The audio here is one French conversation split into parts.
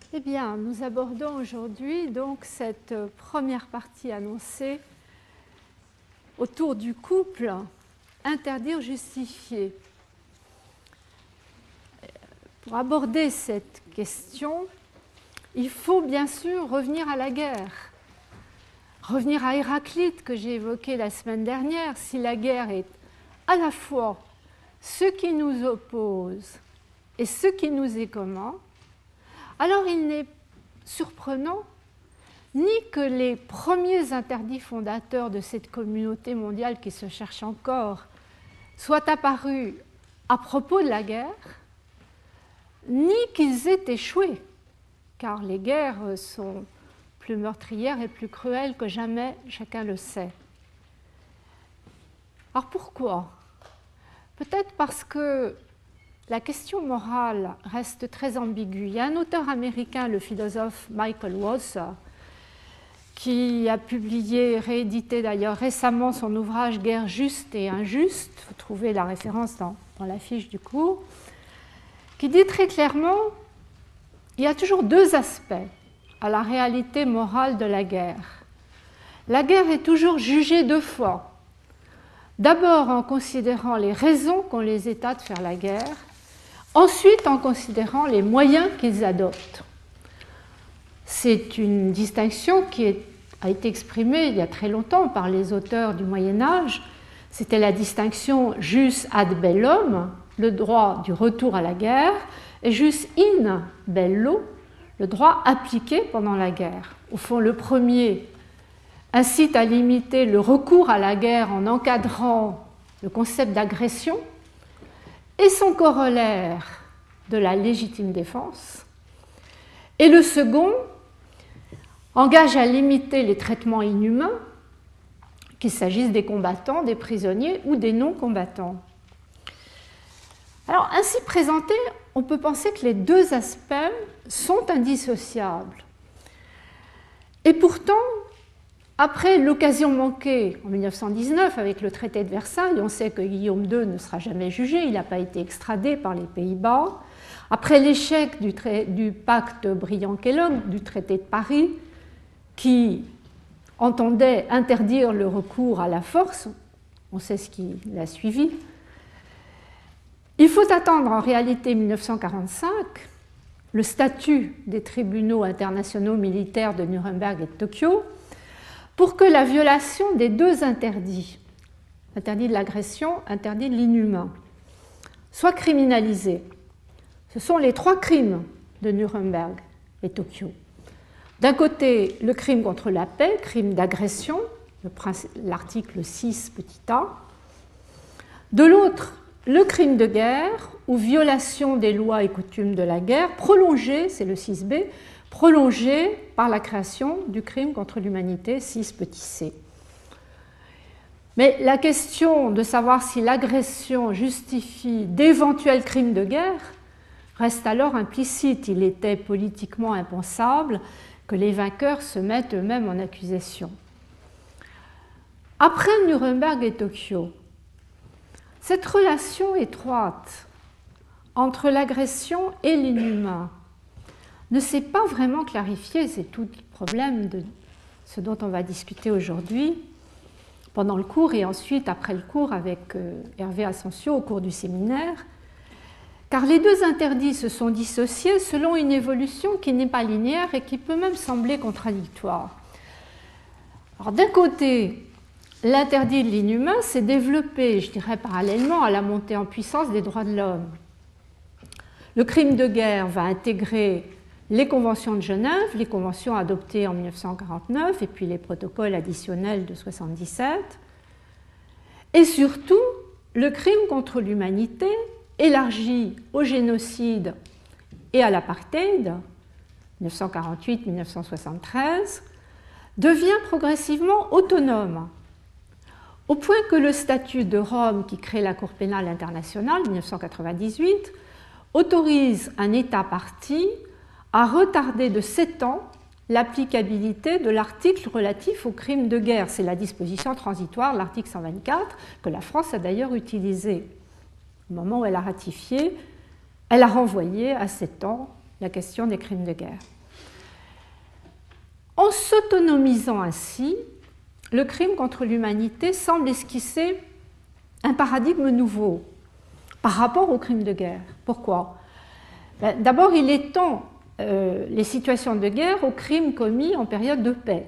Eh bien, nous abordons aujourd'hui donc cette première partie annoncée autour du couple interdire justifier. Pour aborder cette question, il faut bien sûr revenir à la guerre, revenir à Héraclite que j'ai évoqué la semaine dernière. Si la guerre est à la fois ce qui nous oppose et ce qui nous est commun, alors il n'est surprenant ni que les premiers interdits fondateurs de cette communauté mondiale qui se cherche encore soient apparus à propos de la guerre, ni qu'ils aient échoué, car les guerres sont plus meurtrières et plus cruelles que jamais, chacun le sait. Alors pourquoi ? Peut-être parce que la question morale reste très ambiguë. Il y a un auteur américain, le philosophe Michael Walzer, qui a publié, réédité d'ailleurs récemment son ouvrage « Guerre juste et injuste », vous trouvez la référence dans la fiche du cours, qui dit très clairement qu'il y a toujours deux aspects à la réalité morale de la guerre. La guerre est toujours jugée deux fois. D'abord en considérant les raisons qu'ont les États de faire la guerre, ensuite en considérant les moyens qu'ils adoptent. C'est une distinction qui a été exprimée il y a très longtemps par les auteurs du Moyen-Âge. C'était la distinction jus ad bellum, le droit du retour à la guerre, et jus in bello, le droit appliqué pendant la guerre. Au fond, le premier incite à limiter le recours à la guerre en encadrant le concept d'agression et son corollaire de la légitime défense. Et le second engage à limiter les traitements inhumains, qu'il s'agisse des combattants, des prisonniers ou des non-combattants. Alors, ainsi présenté, on peut penser que les deux aspects sont indissociables. Et pourtant, après l'occasion manquée en 1919 avec le traité de Versailles, on sait que Guillaume II ne sera jamais jugé, il n'a pas été extradé par les Pays-Bas. Après l'échec du pacte Briand-Kellogg, du traité de Paris, qui entendait interdire le recours à la force, on sait ce qui l'a suivi, il faut attendre en réalité 1945, le statut des tribunaux internationaux militaires de Nuremberg et de Tokyo, pour que la violation des deux interdits, interdit de l'agression, interdit de l'inhumain, soit criminalisée. Ce sont les trois crimes de Nuremberg et Tokyo. D'un côté, le crime contre la paix, crime d'agression, l'article 6 petit a. De l'autre, le crime de guerre ou violation des lois et coutumes de la guerre, prolongé, c'est le 6b, prolongé par la création du crime contre l'humanité, 6 petit c. Mais la question de savoir si l'agression justifie d'éventuels crimes de guerre reste alors implicite. Il était politiquement impensable que les vainqueurs se mettent eux-mêmes en accusation. Après Nuremberg et Tokyo, cette relation étroite entre l'agression et l'inhumain ne s'est pas vraiment clarifiée. C'est tout le problème de ce dont on va discuter aujourd'hui pendant le cours et ensuite après le cours avec Hervé Asensio au cours du séminaire, car les deux interdits se sont dissociés selon une évolution qui n'est pas linéaire et qui peut même sembler contradictoire. Alors, d'un côté, l'interdit de l'inhumain s'est développé, je dirais, parallèlement à la montée en puissance des droits de l'homme. Le crime de guerre va intégrer les conventions de Genève, les conventions adoptées en 1949 et puis les protocoles additionnels de 1977. Et surtout, le crime contre l'humanité, élargi au génocide et à l'apartheid, 1948-1973, devient progressivement autonome, au point que le statut de Rome, qui crée la Cour pénale internationale, 1998, autorise un État partie à retarder de 7 ans l'applicabilité de l'article relatif aux crimes de guerre. C'est la disposition transitoire, l'article 124, que la France a d'ailleurs utilisé. Au moment où elle a ratifié, elle a renvoyé à 7 ans la question des crimes de guerre. En s'autonomisant ainsi, le crime contre l'humanité semble esquisser un paradigme nouveau par rapport au crime de guerre. Pourquoi? D'abord, il étend les situations de guerre aux crimes commis en période de paix.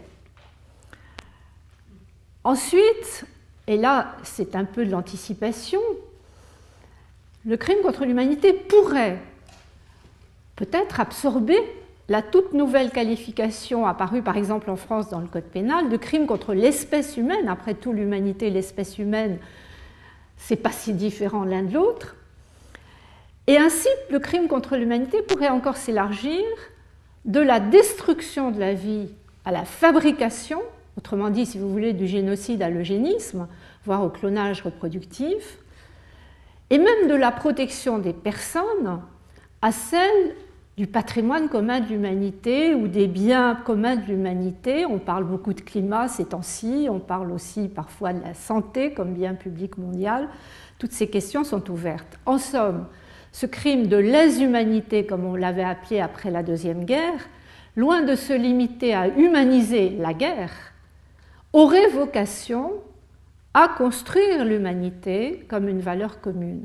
Ensuite, et là c'est un peu de l'anticipation, le crime contre l'humanité pourrait peut-être absorber la toute nouvelle qualification apparue par exemple en France dans le Code pénal de crime contre l'espèce humaine. Après tout, l'humanité et l'espèce humaine, c'est pas si différent l'un de l'autre. Et ainsi, le crime contre l'humanité pourrait encore s'élargir de la destruction de la vie à la fabrication, autrement dit, si vous voulez, du génocide à l'eugénisme, voire au clonage reproductif, et même de la protection des personnes à celle du patrimoine commun de l'humanité ou des biens communs de l'humanité. On parle beaucoup de climat ces temps-ci, on parle aussi parfois de la santé comme bien public mondial. Toutes ces questions sont ouvertes. En somme, ce crime de lèse-humanité, comme on l'avait appelé après la Deuxième Guerre, loin de se limiter à humaniser la guerre, aurait vocation à construire l'humanité comme une valeur commune.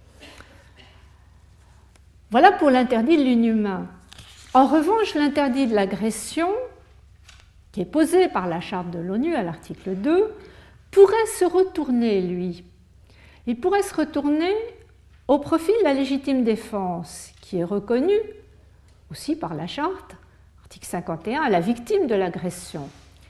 Voilà pour l'interdit de l'inhumain. En revanche, l'interdit de l'agression, qui est posé par la Charte de l'ONU à l'article 2, pourrait se retourner, lui. Il pourrait se retourner au profit de la légitime défense, qui est reconnue aussi par la Charte, article 51, à la victime de l'agression.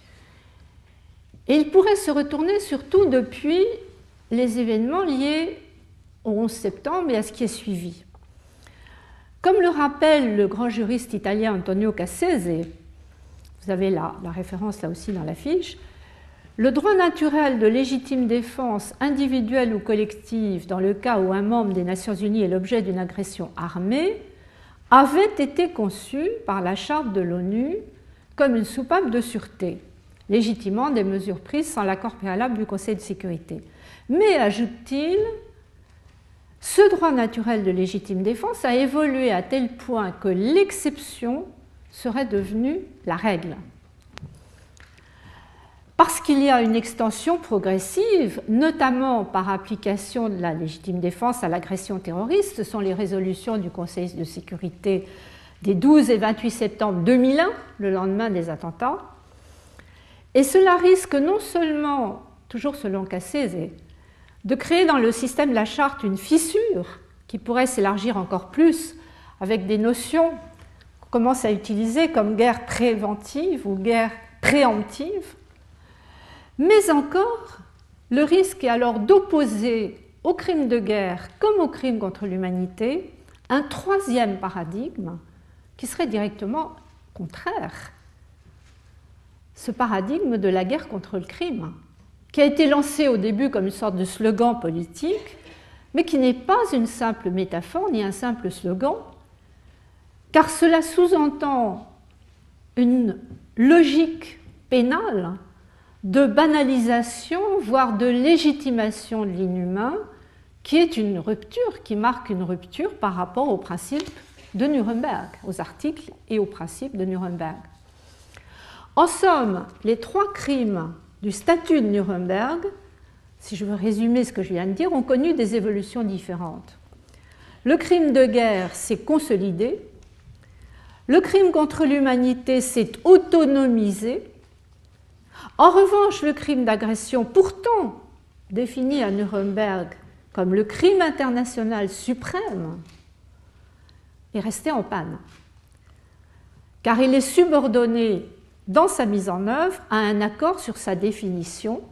Et il pourrait se retourner surtout depuis les événements liés au 11 septembre et à ce qui est suivi. Comme le rappelle le grand juriste italien Antonio Cassese, vous avez la référence là aussi dans la fiche, le droit naturel de légitime défense individuelle ou collective dans le cas où un membre des Nations Unies est l'objet d'une agression armée avait été conçu par la Charte de l'ONU comme une soupape de sûreté, légitimant des mesures prises sans l'accord préalable du Conseil de sécurité. Mais, ajoute-t-il, ce droit naturel de légitime défense a évolué à tel point que l'exception serait devenue la règle. Parce qu'il y a une extension progressive, notamment par application de la légitime défense à l'agression terroriste, ce sont les résolutions du Conseil de sécurité des 12 et 28 septembre 2001, le lendemain des attentats, et cela risque non seulement, toujours selon Cassese, de créer dans le système de la charte une fissure qui pourrait s'élargir encore plus avec des notions qu'on commence à utiliser comme guerre préventive ou guerre préemptive, mais encore le risque est alors d'opposer au crime de guerre comme au crime contre l'humanité un troisième paradigme qui serait directement contraire. Ce paradigme de la guerre contre le crime, qui a été lancé au début comme une sorte de slogan politique, mais qui n'est pas une simple métaphore ni un simple slogan, car cela sous-entend une logique pénale de banalisation, voire de légitimation de l'inhumain, qui est une rupture, qui marque une rupture par rapport aux principes de Nuremberg, aux articles et aux principes de Nuremberg. En somme, les trois crimes du statut de Nuremberg, si je veux résumer ce que je viens de dire, ont connu des évolutions différentes. Le crime de guerre s'est consolidé, le crime contre l'humanité s'est autonomisé. En revanche, le crime d'agression, pourtant défini à Nuremberg comme le crime international suprême, est resté en panne, car il est subordonné dans sa mise en œuvre à un accord sur sa définition.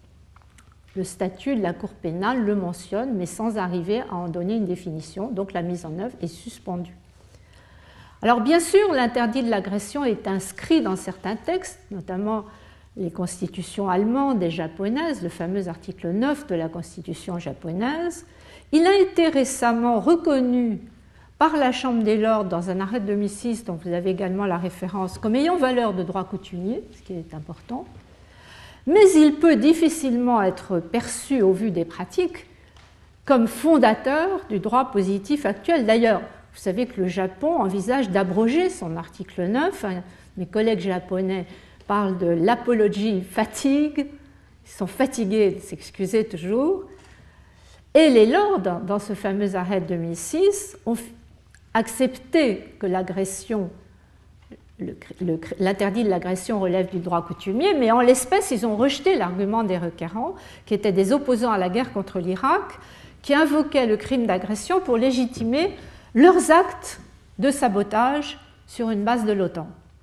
Le statut de la Cour pénale le mentionne, mais sans arriver à en donner une définition, donc la mise en œuvre est suspendue. Alors bien sûr, l'interdit de l'agression est inscrit dans certains textes, notamment les constitutions allemandes et japonaises, le fameux article 9 de la constitution japonaise. Il a été récemment reconnu par la Chambre des Lords dans un arrêt de 2006, dont vous avez également la référence, comme ayant valeur de droit coutumier, ce qui est important, mais il peut difficilement être perçu au vu des pratiques comme fondateur du droit positif actuel. D'ailleurs, vous savez que le Japon envisage d'abroger son article 9, mes collègues japonais parlent de l'apologie fatigue, ils sont fatigués de s'excuser toujours. Et les lords, dans ce fameux arrêt de 2006, ont accepté que l'agression, l'interdit de l'agression relève du droit coutumier, mais en l'espèce, ils ont rejeté l'argument des requérants, qui étaient des opposants à la guerre contre l'Irak, qui invoquaient le crime d'agression pour légitimer leurs actes de sabotage sur une base de l'OTAN.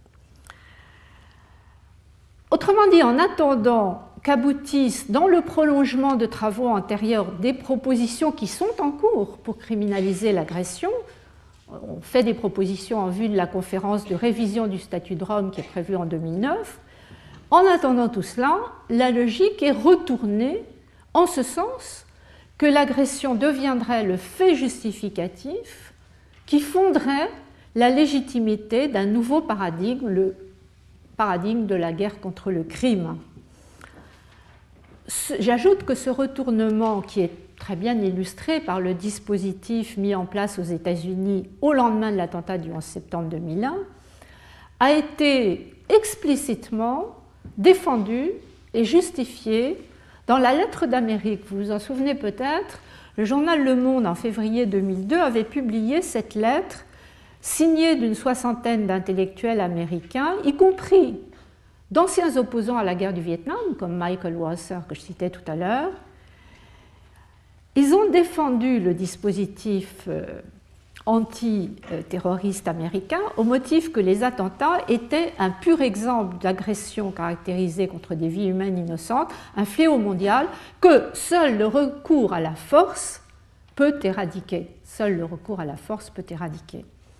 Autrement dit, en attendant qu'aboutissent dans le prolongement de travaux antérieurs des propositions qui sont en cours pour criminaliser l'agression, on fait des propositions en vue de la conférence de révision du statut de Rome qui est prévue en 2009. En attendant tout cela, la logique est retournée en ce sens que l'agression deviendrait le fait justificatif qui fonderait la légitimité d'un nouveau paradigme, le paradigme de la guerre contre le crime. J'ajoute que ce retournement, qui est très bien illustré par le dispositif mis en place aux États-Unis au lendemain de l'attentat du 11 septembre 2001, a été explicitement défendu et justifié dans la lettre d'Amérique. Vous vous en souvenez peut-être, le journal Le Monde, en février 2002, avait publié cette lettre signée d'une soixantaine d'intellectuels américains, y compris d'anciens opposants à la guerre du Vietnam, comme Michael Wasser, que je citais tout à l'heure. Ils ont défendu le dispositif antiterroriste américain au motif que les attentats étaient un pur exemple d'agression caractérisée contre des vies humaines innocentes, un fléau mondial que seul le recours à la force peut éradiquer. Seul le recours à la force peut éradiquer.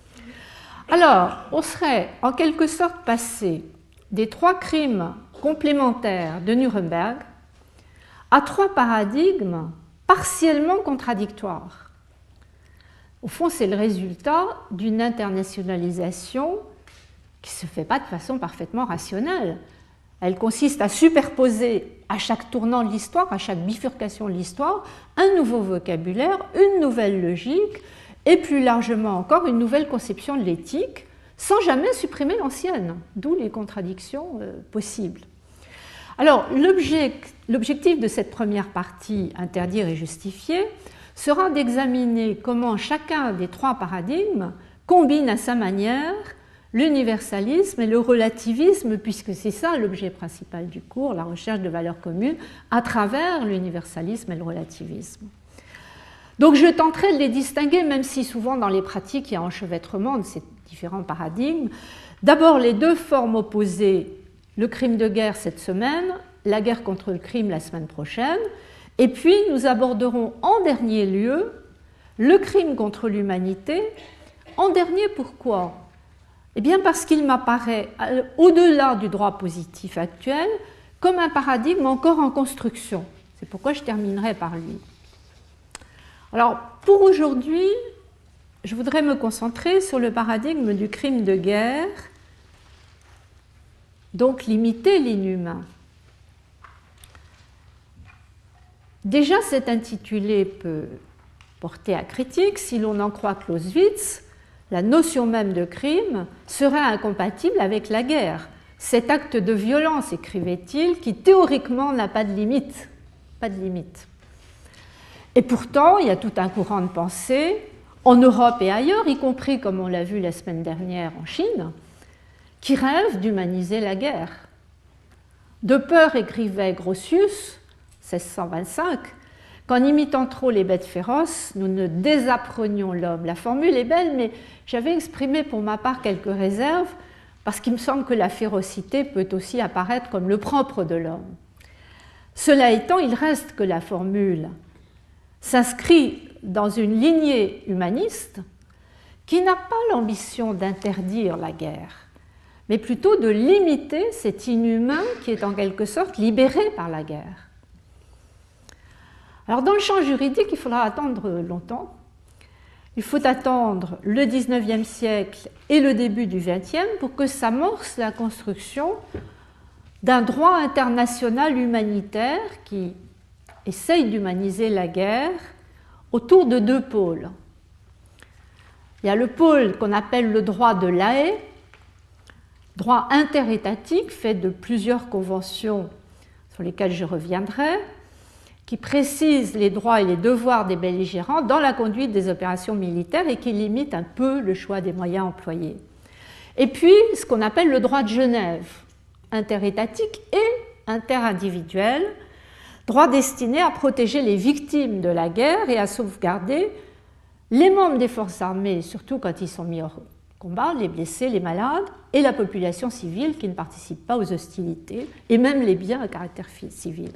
Alors, on serait en quelque sorte passé des 3 crimes complémentaires de Nuremberg à 3 paradigmes partiellement contradictoires. Au fond, c'est le résultat d'une internationalisation qui ne se fait pas de façon parfaitement rationnelle. Elle consiste à superposer à chaque tournant de l'histoire, à chaque bifurcation de l'histoire, un nouveau vocabulaire, une nouvelle logique et plus largement encore une nouvelle conception de l'éthique, sans jamais supprimer l'ancienne, d'où les contradictions possibles. Alors, l'objectif de cette première partie, interdire et justifier, sera d'examiner comment chacun des 3 paradigmes combine à sa manière l'universalisme et le relativisme, puisque c'est ça l'objet principal du cours, la recherche de valeurs communes, à travers l'universalisme et le relativisme. Donc je tenterai de les distinguer, même si souvent dans les pratiques il y a enchevêtrement de ces différents paradigmes. D'abord les 2 formes opposées, le crime de guerre cette semaine, la guerre contre le crime la semaine prochaine, et puis nous aborderons en dernier lieu le crime contre l'humanité. En dernier, pourquoi ? Eh bien parce qu'il m'apparaît, au-delà du droit positif actuel, comme un paradigme encore en construction. C'est pourquoi je terminerai par lui. Alors, pour aujourd'hui, je voudrais me concentrer sur le paradigme du crime de guerre, donc limiter l'inhumain. Déjà, cet intitulé peut porter à critique si l'on en croit Clausewitz. La notion même de crime serait incompatible avec la guerre. Cet acte de violence, écrivait-il, qui théoriquement n'a pas de limite. Pas de limite. Et pourtant, il y a tout un courant de pensée, en Europe et ailleurs, y compris, comme on l'a vu la semaine dernière en Chine, qui rêve d'humaniser la guerre. De peur, écrivait Grotius, 1625, qu'en imitant trop les bêtes féroces, nous ne désapprenions l'homme. La formule est belle, mais j'avais exprimé pour ma part quelques réserves, parce qu'il me semble que la férocité peut aussi apparaître comme le propre de l'homme. Cela étant, il reste que la formule s'inscrit dans une lignée humaniste qui n'a pas l'ambition d'interdire la guerre, mais plutôt de limiter cet inhumain qui est en quelque sorte libéré par la guerre. Alors dans le champ juridique, il faudra attendre longtemps. Il faut attendre le XIXe siècle et le début du XXe pour que s'amorce la construction d'un droit international humanitaire qui essaye d'humaniser la guerre autour de 2 pôles. Il y a le pôle qu'on appelle le droit de La Haye, droit interétatique fait de plusieurs conventions sur lesquelles je reviendrai, qui précise les droits et les devoirs des belligérants dans la conduite des opérations militaires et qui limite un peu le choix des moyens employés. Et puis, ce qu'on appelle le droit de Genève, interétatique et interindividuel, droit destiné à protéger les victimes de la guerre et à sauvegarder les membres des forces armées, surtout quand ils sont mis hors combat, les blessés, les malades, et la population civile qui ne participe pas aux hostilités, et même les biens à caractère civil.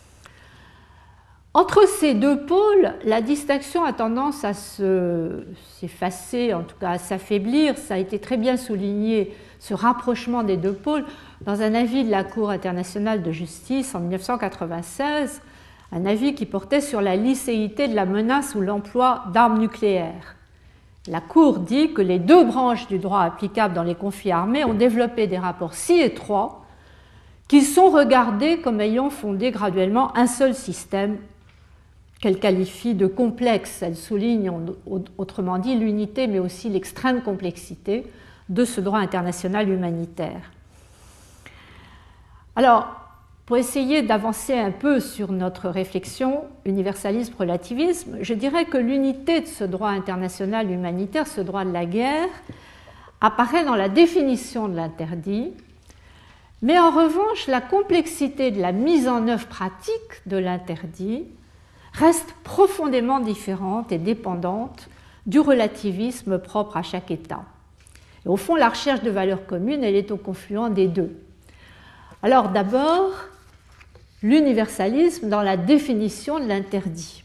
Entre ces deux pôles, la distinction a tendance à s'effacer, en tout cas à s'affaiblir. Ça a été très bien souligné, ce rapprochement des deux pôles, dans un avis de la Cour internationale de justice en 1996, un avis qui portait sur la licéité de la menace ou l'emploi d'armes nucléaires. La Cour dit que les deux branches du droit applicable dans les conflits armés ont développé des rapports si étroits qu'ils sont regardés comme ayant fondé graduellement un seul système qu'elle qualifie de complexe. Elle souligne autrement dit l'unité mais aussi l'extrême complexité de ce droit international humanitaire. Alors, pour essayer d'avancer un peu sur notre réflexion universalisme-relativisme, je dirais que l'unité de ce droit international humanitaire, ce droit de la guerre, apparaît dans la définition de l'interdit, mais en revanche, la complexité de la mise en œuvre pratique de l'interdit reste profondément différente et dépendante du relativisme propre à chaque État. Et au fond, la recherche de valeurs communes, elle est au confluent des deux. Alors d'abord, l'universalisme dans la définition de l'interdit.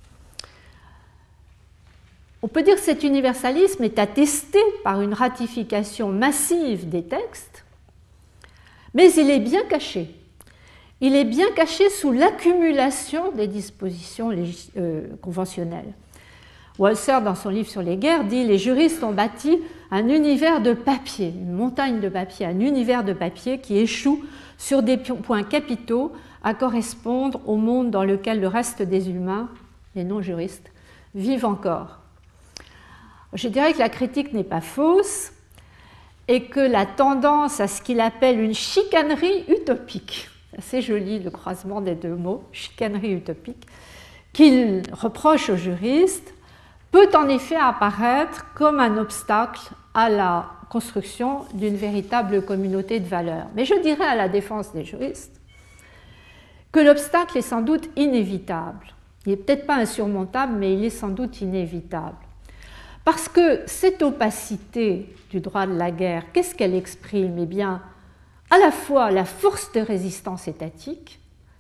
On peut dire que cet universalisme est attesté par une ratification massive des textes, mais il est bien caché. Il est bien caché sous l'accumulation des dispositions conventionnelles. Walser, dans son livre sur les guerres, dit « Les juristes ont bâti un univers de papier, une montagne de papier, un univers de papier qui échoue sur des points capitaux à correspondre au monde dans lequel le reste des humains, les non-juristes, vivent encore. » Je dirais que la critique n'est pas fausse et que la tendance à ce qu'il appelle une chicanerie utopique, assez joli le croisement des deux mots, chicanerie utopique, qu'il reproche aux juristes, peut en effet apparaître comme un obstacle à la construction d'une véritable communauté de valeurs. Mais je dirais à la défense des juristes que l'obstacle est sans doute inévitable. Il n'est peut-être pas insurmontable, mais il est sans doute inévitable. Parce que cette opacité du droit de la guerre, qu'est-ce qu'elle exprime? Eh bien, à la fois la force de résistance étatique,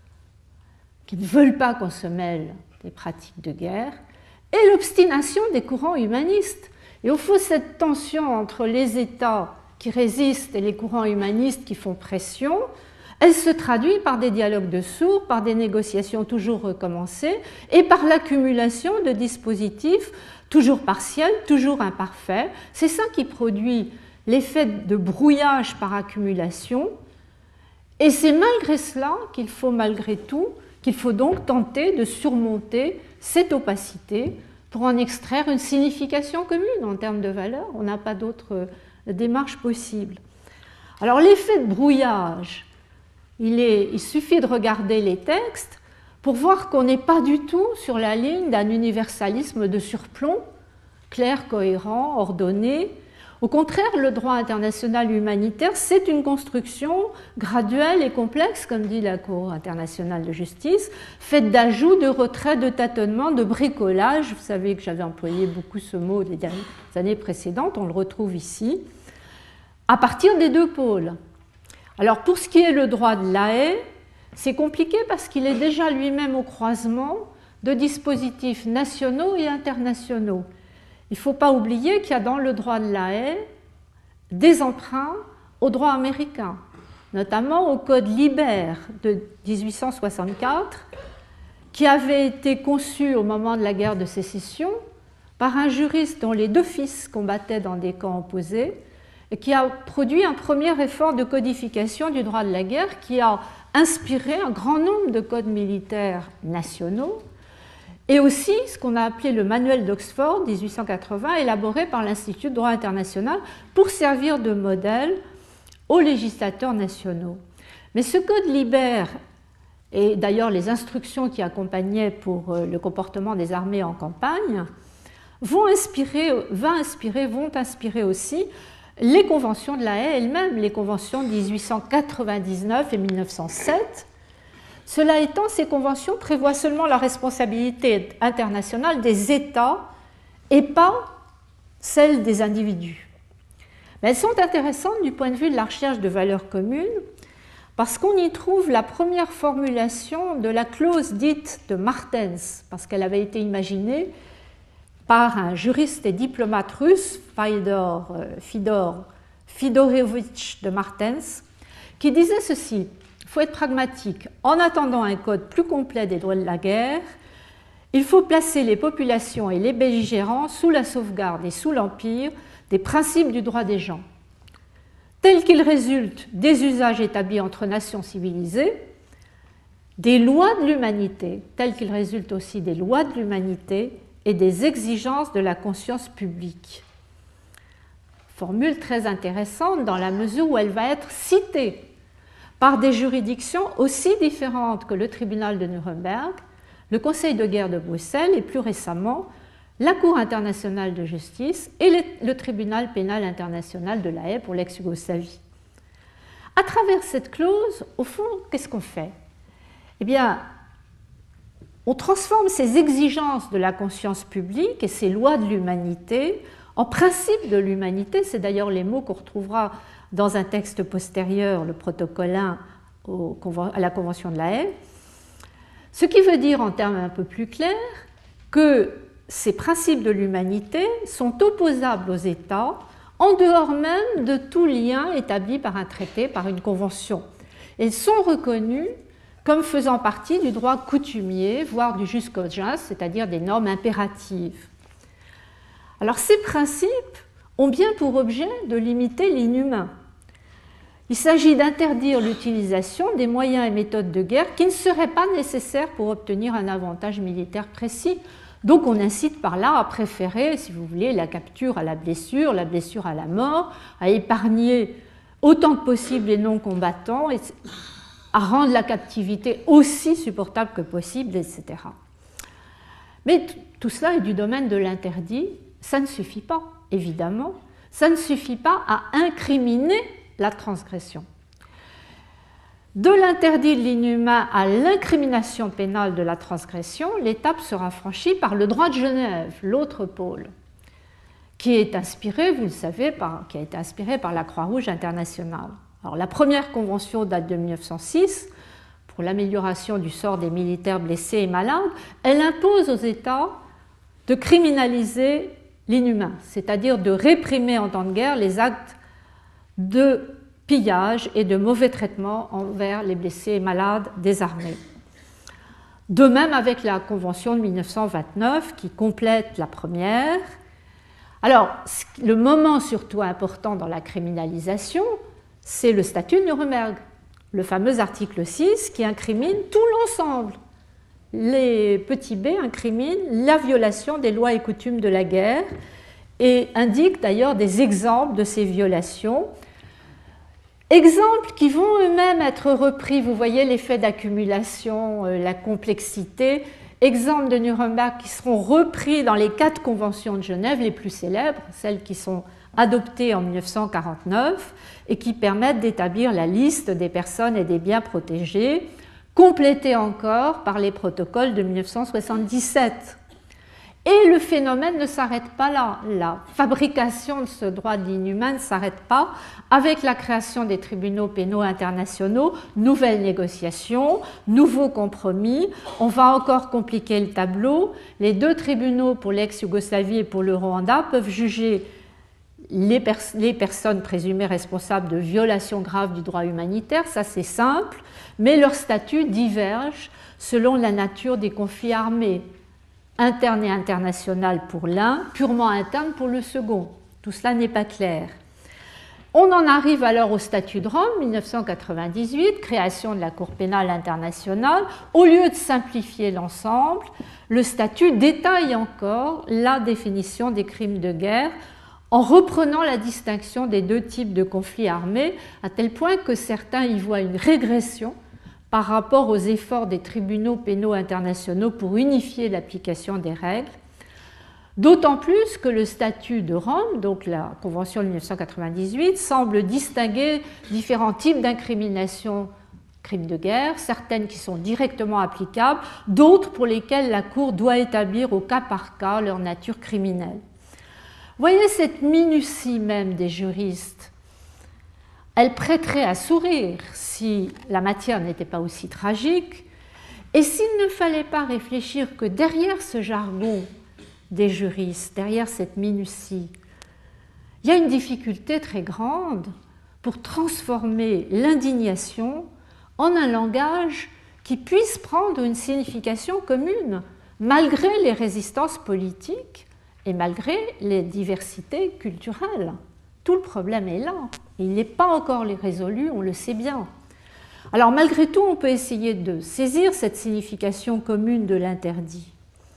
qui ne veulent pas qu'on se mêle des pratiques de guerre, et l'obstination des courants humanistes. Et au fond, cette tension entre les États qui résistent et les courants humanistes qui font pression, elle se traduit par des dialogues de sourds, par des négociations toujours recommencées et par l'accumulation de dispositifs toujours partiels, toujours imparfaits. C'est ça qui produit l'effet de brouillage par accumulation. Et c'est malgré cela qu'il faut malgré tout, qu'il faut donc tenter de surmonter cette opacité pour en extraire une signification commune en termes de valeur. On n'a pas d'autre démarche possible. Alors l'effet de brouillage, il suffit de regarder les textes pour voir qu'on n'est pas du tout sur la ligne d'un universalisme de surplomb, clair, cohérent, ordonné. Au contraire, le droit international humanitaire, c'est une construction graduelle et complexe, comme dit la Cour internationale de justice, faite d'ajouts, de retraits, de tâtonnements, de bricolage. Vous savez que j'avais employé beaucoup ce mot les années précédentes, on le retrouve ici, à partir des deux pôles. Alors pour ce qui est le droit de La Haye, c'est compliqué parce qu'il est déjà lui-même au croisement de dispositifs nationaux et internationaux. Il ne faut pas oublier qu'il y a dans le droit de La Haye des emprunts au droit américain, notamment au Code Libère de 1864, qui avait été conçu au moment de la guerre de sécession par un juriste dont les deux fils combattaient dans des camps opposés et qui a produit un premier effort de codification du droit de la guerre qui a inspiré un grand nombre de codes militaires nationaux et aussi ce qu'on a appelé le manuel d'Oxford 1880, élaboré par l'Institut de droit international pour servir de modèle aux législateurs nationaux. Mais ce code libère, et d'ailleurs les instructions qui accompagnaient pour le comportement des armées en campagne, vont inspirer aussi les conventions de La Haye elles-mêmes, les conventions de 1899 et 1907. Cela étant, ces conventions prévoient seulement la responsabilité internationale des États et pas celle des individus. Mais elles sont intéressantes du point de vue de la recherche de valeurs communes parce qu'on y trouve la première formulation de la clause dite de Martens, parce qu'elle avait été imaginée par un juriste et diplomate russe, Fidorovitch de Martens, qui disait ceci: il faut être pragmatique. En attendant un code plus complet des droits de la guerre, il faut placer les populations et les belligérants sous la sauvegarde et sous l'empire des principes du droit des gens, tels qu'ils résultent des usages établis entre nations civilisées, des lois de l'humanité, tels qu'ils résultent aussi des lois de l'humanité et des exigences de la conscience publique. Formule très intéressante dans la mesure où elle va être citée par des juridictions aussi différentes que le tribunal de Nuremberg, le Conseil de guerre de Bruxelles et plus récemment la Cour internationale de justice et le tribunal pénal international de La Haye pour l'ex-Yougoslavie. À travers cette clause, au fond, qu'est-ce qu'on fait? Eh bien, on transforme ces exigences de la conscience publique et ces lois de l'humanité en principes de l'humanité. C'est d'ailleurs les mots qu'on retrouvera dans un texte postérieur, le protocole 1 à la Convention de La Haye. Ce qui veut dire, en termes un peu plus clairs, que ces principes de l'humanité sont opposables aux États en dehors même de tout lien établi par un traité, par une convention. Ils sont reconnus comme faisant partie du droit coutumier, voire du jus cogens, c'est-à-dire des normes impératives. Alors ces principes ont bien pour objet de limiter l'inhumain. Il s'agit d'interdire l'utilisation des moyens et méthodes de guerre qui ne seraient pas nécessaires pour obtenir un avantage militaire précis. Donc on incite par là à préférer, si vous voulez, la capture à la blessure à la mort, à épargner autant que possible les non-combattants, à rendre la captivité aussi supportable que possible, etc. Mais tout cela est du domaine de l'interdit. Ça ne suffit pas, évidemment. Ça ne suffit pas à incriminer la transgression. De l'interdit de l'inhumain à l'incrimination pénale de la transgression, l'étape sera franchie par le droit de Genève, l'autre pôle, qui est inspiré, vous le savez, qui a été inspiré par la Croix-Rouge internationale. Alors, la première convention date de 1906 pour l'amélioration du sort des militaires blessés et malades. Elle impose aux États de criminaliser l'inhumain, c'est-à-dire de réprimer en temps de guerre les actes de pillage et de mauvais traitement envers les blessés et malades des armées. De même avec la Convention de 1929 qui complète la première. Alors, le moment surtout important dans la criminalisation, c'est le statut de Nuremberg, le fameux article 6 qui incrimine tout l'ensemble. Les petits b incriminent la violation des lois et coutumes de la guerre et indiquent d'ailleurs des exemples de ces violations. Exemples qui vont eux-mêmes être repris, vous voyez l'effet d'accumulation, la complexité. Exemples de Nuremberg qui seront repris dans les 4 conventions de Genève les plus célèbres, celles qui sont adoptées en 1949 et qui permettent d'établir la liste des personnes et des biens protégés, complétée encore par les protocoles de 1977. Et le phénomène ne s'arrête pas là. La fabrication de ce droit de l'inhumain ne s'arrête pas avec la création des tribunaux pénaux internationaux, nouvelles négociations, nouveaux compromis. On va encore compliquer le tableau. Les 2 tribunaux pour l'ex-Yougoslavie et pour le Rwanda peuvent juger les personnes présumées responsables de violations graves du droit humanitaire, ça c'est simple, mais leurs statuts divergent selon la nature des conflits armés. Interne et international pour l'un, purement interne pour le second. Tout cela n'est pas clair. On en arrive alors au statut de Rome, 1998, création de la Cour pénale internationale. Au lieu de simplifier l'ensemble, le statut détaille encore la définition des crimes de guerre en reprenant la distinction des deux types de conflits armés, à tel point que certains y voient une régression par rapport aux efforts des tribunaux pénaux internationaux pour unifier l'application des règles, d'autant plus que le statut de Rome, donc la Convention de 1998, semble distinguer différents types d'incriminations, crimes de guerre, certaines qui sont directement applicables, d'autres pour lesquelles la Cour doit établir au cas par cas leur nature criminelle. Voyez cette minutie même des juristes. Elle prêterait à sourire si la matière n'était pas aussi tragique, et s'il ne fallait pas réfléchir que derrière ce jargon des juristes, derrière cette minutie, il y a une difficulté très grande pour transformer l'indignation en un langage qui puisse prendre une signification commune, malgré les résistances politiques et malgré les diversités culturelles. Tout le problème est là. Il n'est pas encore résolu, on le sait bien. Alors malgré tout, on peut essayer de saisir cette signification commune de l'interdit.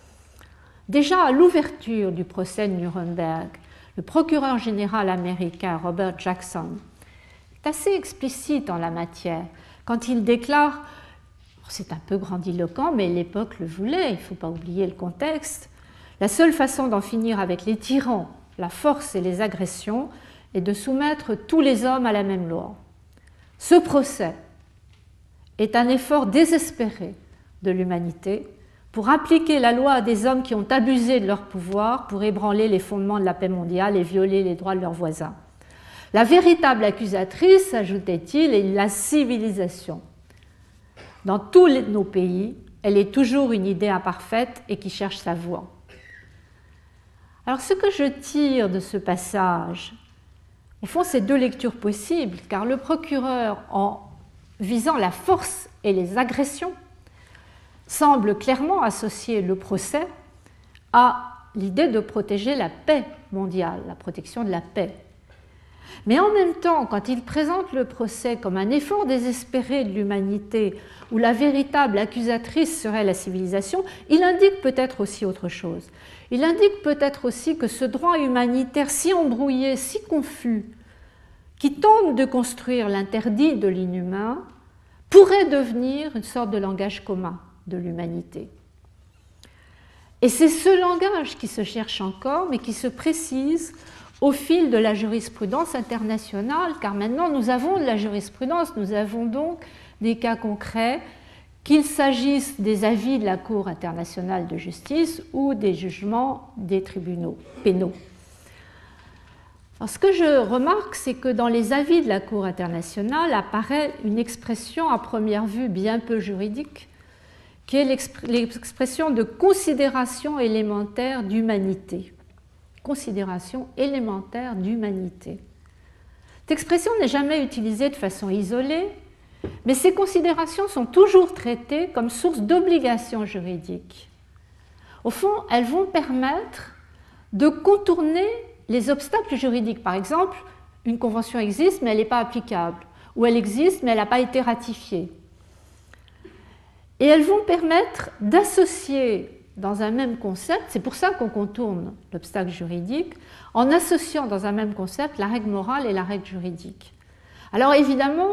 Déjà à l'ouverture du procès de Nuremberg, le procureur général américain Robert Jackson est assez explicite en la matière quand il déclare, c'est un peu grandiloquent, mais l'époque le voulait, il ne faut pas oublier le contexte, la seule façon d'en finir avec les tyrans, la force et les agressions est de soumettre tous les hommes à la même loi. Ce procès est un effort désespéré de l'humanité pour appliquer la loi à des hommes qui ont abusé de leur pouvoir pour ébranler les fondements de la paix mondiale et violer les droits de leurs voisins. La véritable accusatrice, ajoutait-il, est la civilisation. Dans tous nos pays, elle est toujours une idée imparfaite et qui cherche sa voie. Alors ce que je tire de ce passage, au fond, c'est deux lectures possibles, car le procureur, en visant la force et les agressions, semble clairement associer le procès à l'idée de protéger la paix mondiale, la protection de la paix. Mais en même temps, quand il présente le procès comme un effort désespéré de l'humanité, où la véritable accusatrice serait la civilisation, il indique peut-être aussi autre chose. Il indique peut-être aussi que ce droit humanitaire si embrouillé, si confus, qui tente de construire l'interdit de l'inhumain, pourrait devenir une sorte de langage commun de l'humanité. Et c'est ce langage qui se cherche encore, mais qui se précise au fil de la jurisprudence internationale, car maintenant nous avons de la jurisprudence, nous avons donc des cas concrets, qu'il s'agisse des avis de la Cour internationale de justice ou des jugements des tribunaux pénaux. Alors, ce que je remarque, c'est que dans les avis de la Cour internationale apparaît une expression à première vue bien peu juridique, qui est l'expression de considération élémentaire d'humanité. Considération élémentaire d'humanité. Cette expression n'est jamais utilisée de façon isolée, mais ces considérations sont toujours traitées comme source d'obligations juridiques. Au fond, elles vont permettre de contourner les obstacles juridiques. Par exemple, une convention existe, mais elle n'est pas applicable, ou elle existe, mais elle n'a pas été ratifiée. Et elles vont permettre d'associer dans un même concept, c'est pour ça qu'on contourne l'obstacle juridique, en associant dans un même concept la règle morale et la règle juridique. Alors évidemment,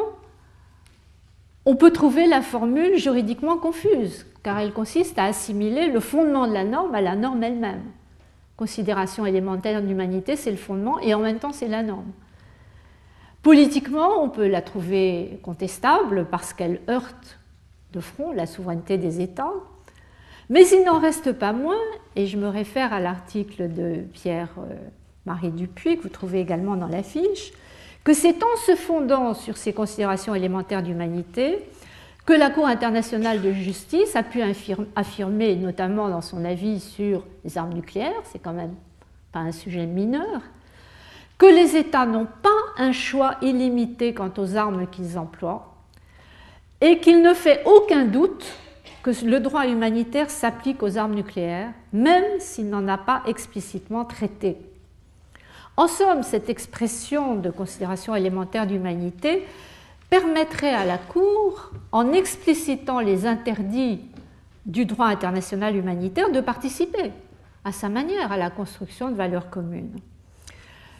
on peut trouver la formule juridiquement confuse, car elle consiste à assimiler le fondement de la norme à la norme elle-même. Considération élémentaire d'humanité, c'est le fondement, et en même temps, c'est la norme. Politiquement, on peut la trouver contestable parce qu'elle heurte de front la souveraineté des États, mais il n'en reste pas moins, et je me réfère à l'article de Pierre-Marie Dupuy, que vous trouvez également dans l'affiche, que c'est en se fondant sur ces considérations élémentaires d'humanité que la Cour internationale de justice a pu affirmer, notamment dans son avis sur les armes nucléaires, c'est quand même pas un sujet mineur, que les États n'ont pas un choix illimité quant aux armes qu'ils emploient et qu'il ne fait aucun doute que le droit humanitaire s'applique aux armes nucléaires, même s'il n'en a pas explicitement traité. En somme, cette expression de considération élémentaire d'humanité permettrait à la Cour, en explicitant les interdits du droit international humanitaire, de participer à sa manière à la construction de valeurs communes.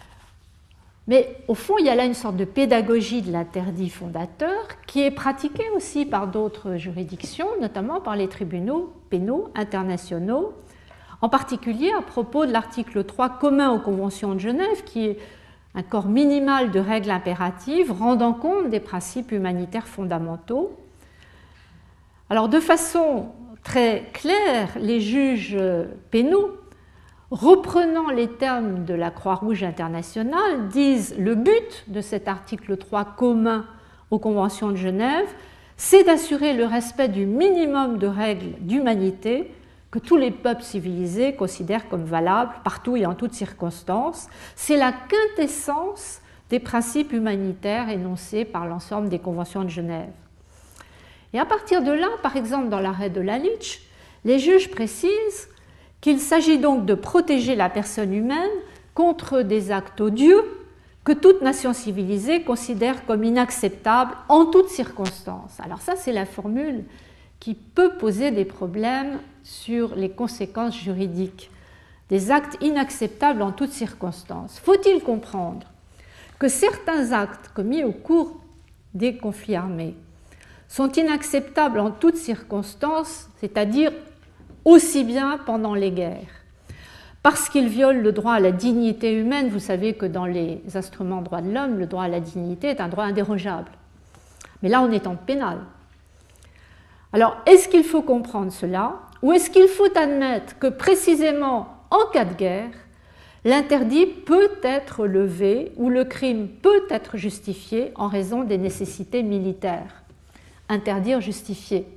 Mais au fond, il y a là une sorte de pédagogie de l'interdit fondateur qui est pratiquée aussi par d'autres juridictions, notamment par les tribunaux pénaux internationaux, en particulier à propos de l'article 3 commun aux conventions de Genève, qui est un corps minimal de règles impératives rendant compte des principes humanitaires fondamentaux. Alors, de façon très claire, les juges pénaux, reprenant les termes de la Croix-Rouge internationale, disent le but de cet article 3 commun aux conventions de Genève, c'est d'assurer le respect du minimum de règles d'humanité que tous les peuples civilisés considèrent comme valables partout et en toutes circonstances. C'est la quintessence des principes humanitaires énoncés par l'ensemble des conventions de Genève. Et à partir de là, par exemple dans l'arrêt de Lalich, les juges précisent qu'il s'agit donc de protéger la personne humaine contre des actes odieux que toute nation civilisée considère comme inacceptables en toutes circonstances. Alors ça, c'est la formule qui peut poser des problèmes sur les conséquences juridiques. Des actes inacceptables en toutes circonstances. Faut-il comprendre que certains actes commis au cours des conflits armés sont inacceptables en toutes circonstances, c'est-à-dire aussi bien pendant les guerres, parce qu'ils violent le droit à la dignité humaine. Vous savez que dans les instruments droits de l'homme, le droit à la dignité est un droit indérogeable. Mais là, on est en pénal. Alors, est-ce qu'il faut comprendre cela, ou est-ce qu'il faut admettre que précisément en cas de guerre, l'interdit peut être levé ou le crime peut être justifié en raison des nécessités militaires? Interdire, justifier.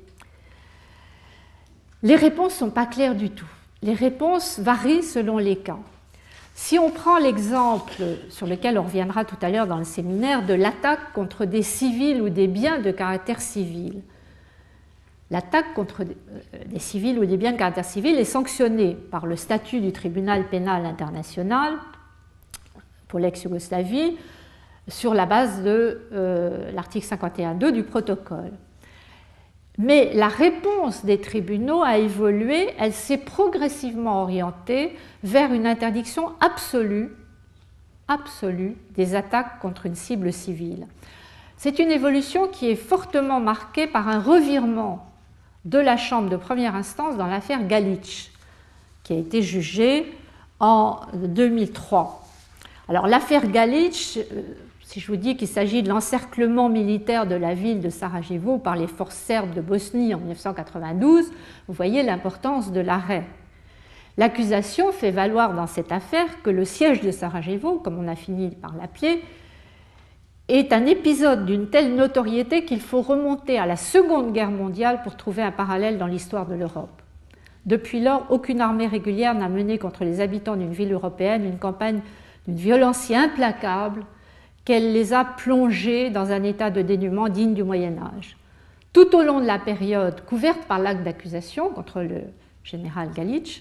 Les réponses ne sont pas claires du tout. Les réponses varient selon les cas. Si on prend l'exemple sur lequel on reviendra tout à l'heure dans le séminaire de l'attaque contre des civils ou des biens de caractère civil, l'attaque contre des civils ou des biens de caractère civil est sanctionnée par le statut du tribunal pénal international pour l'ex-Yougoslavie sur la base de l'article 51.2 du protocole. Mais la réponse des tribunaux a évolué, elle s'est progressivement orientée vers une interdiction absolue des attaques contre une cible civile. C'est une évolution qui est fortement marquée par un revirement de la Chambre de première instance dans l'affaire Galich, qui a été jugée en 2003. Alors l'affaire Galich, si je vous dis qu'il s'agit de l'encerclement militaire de la ville de Sarajevo par les forces serbes de Bosnie en 1992, vous voyez l'importance de l'arrêt. L'accusation fait valoir dans cette affaire que le siège de Sarajevo, comme on a fini par l'appeler, est un épisode d'une telle notoriété qu'il faut remonter à la Seconde Guerre mondiale pour trouver un parallèle dans l'histoire de l'Europe. Depuis lors, aucune armée régulière n'a mené contre les habitants d'une ville européenne une campagne d'une violence si implacable qu'elle les a plongés dans un état de dénuement digne du Moyen-Âge. Tout au long de la période couverte par l'acte d'accusation contre le général Galich,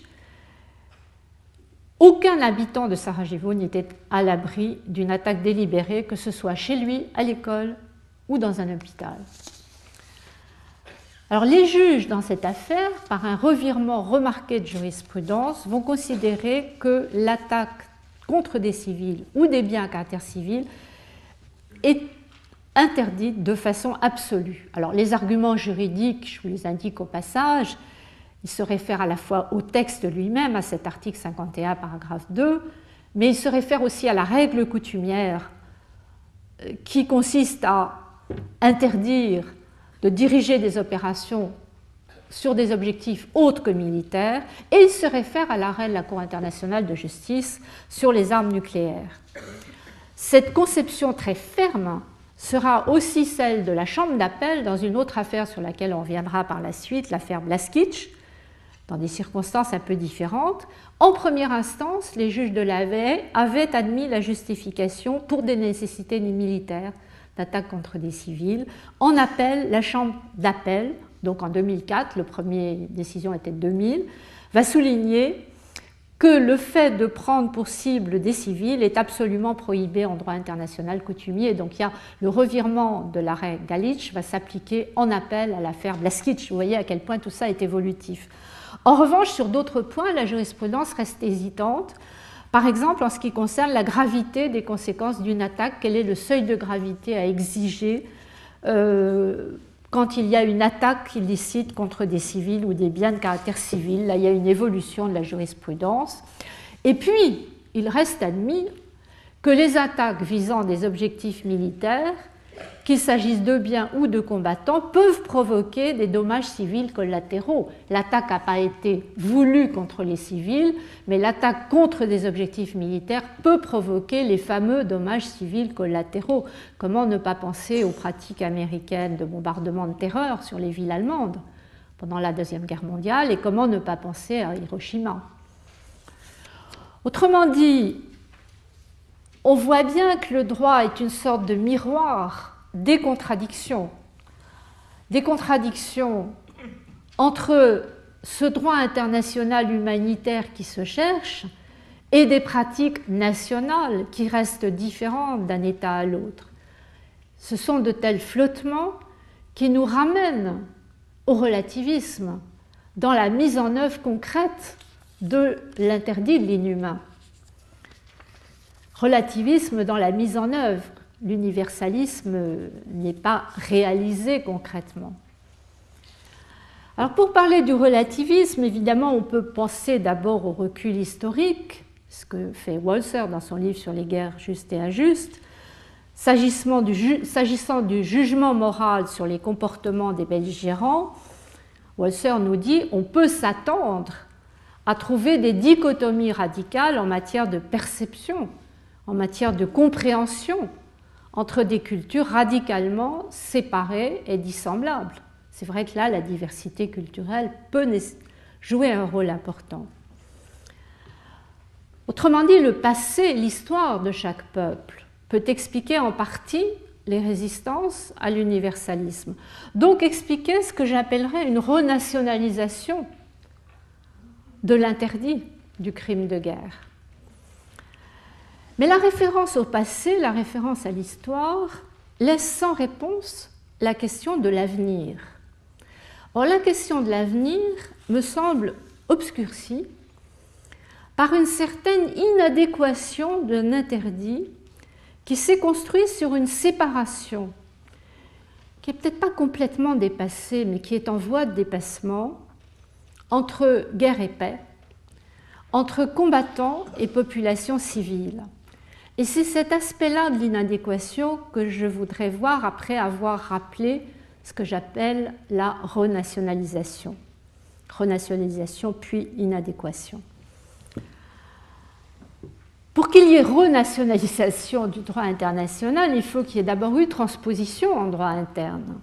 aucun habitant de Sarajevo n'était à l'abri d'une attaque délibérée, que ce soit chez lui, à l'école ou dans un hôpital. Alors les juges dans cette affaire, par un revirement remarqué de jurisprudence, vont considérer que l'attaque contre des civils ou des biens à caractère civil est interdite de façon absolue. Alors les arguments juridiques, je vous les indique au passage, ils se réfèrent à la fois au texte lui-même, à cet article 51, paragraphe 2, mais ils se réfèrent aussi à la règle coutumière qui consiste à interdire de diriger des opérations sur des objectifs autres que militaires, et ils se réfèrent à l'arrêt de la Cour internationale de justice sur les armes nucléaires. Cette conception très ferme sera aussi celle de la Chambre d'appel dans une autre affaire sur laquelle on reviendra par la suite, l'affaire Blaskic, dans des circonstances un peu différentes. En première instance, les juges de la Haye avaient admis la justification pour des nécessités militaires d'attaque contre des civils. En appel, la Chambre d'appel, donc en 2004, la première décision était de 2000, va souligner que le fait de prendre pour cible des civils est absolument prohibé en droit international coutumier. Donc il y a le revirement de l'arrêt Galich va s'appliquer en appel à l'affaire Blaskic. Vous voyez à quel point tout ça est évolutif. En revanche, sur d'autres points, la jurisprudence reste hésitante Par exemple, en ce qui concerne la gravité des conséquences d'une attaque, quel est le seuil de gravité à exiger quand il y a une attaque illicite contre des civils ou des biens de caractère civil. Là, il y a une évolution de la jurisprudence. Et puis, il reste admis que les attaques visant des objectifs militaires, qu'il s'agisse de biens ou de combattants, peuvent provoquer des dommages civils collatéraux. L'attaque n'a pas été voulue contre les civils, mais l'attaque contre des objectifs militaires peut provoquer les fameux dommages civils collatéraux. Comment ne pas penser aux pratiques américaines de bombardement de terreur sur les villes allemandes pendant la Deuxième Guerre mondiale, et comment ne pas penser à Hiroshima. Autrement dit, on voit bien que le droit est une sorte de miroir des contradictions entre ce droit international humanitaire qui se cherche et des pratiques nationales qui restent différentes d'un État à l'autre. Ce sont de tels flottements qui nous ramènent au relativisme dans la mise en œuvre concrète de l'interdit de l'inhumain. Relativisme dans la mise en œuvre. L'universalisme n'est pas réalisé concrètement. Alors pour parler du relativisme, évidemment, on peut penser d'abord au recul historique, ce que fait Walser dans son livre sur les guerres justes et injustes. S'agissant du jugement moral sur les comportements des belligérants, Walser nous dit on peut s'attendre à trouver des dichotomies radicales en matière de perception, en matière de compréhension entre des cultures radicalement séparées et dissemblables. C'est vrai que là, la diversité culturelle peut jouer un rôle important. Autrement dit, le passé, l'histoire de chaque peuple peut expliquer en partie les résistances à l'universalisme. Donc expliquer ce que j'appellerais une renationalisation de l'interdit du crime de guerre. Mais la référence au passé, la référence à l'histoire, laisse sans réponse la question de l'avenir. Or, la question de l'avenir me semble obscurcie par une certaine inadéquation d'un interdit qui s'est construit sur une séparation qui n'est peut-être pas complètement dépassée, mais qui est en voie de dépassement entre guerre et paix, entre combattants et population civile. Et c'est cet aspect-là de l'inadéquation que je voudrais voir après avoir rappelé ce que j'appelle la renationalisation. Renationalisation puis inadéquation. Pour qu'il y ait renationalisation du droit international, il faut qu'il y ait d'abord eu transposition en droit interne.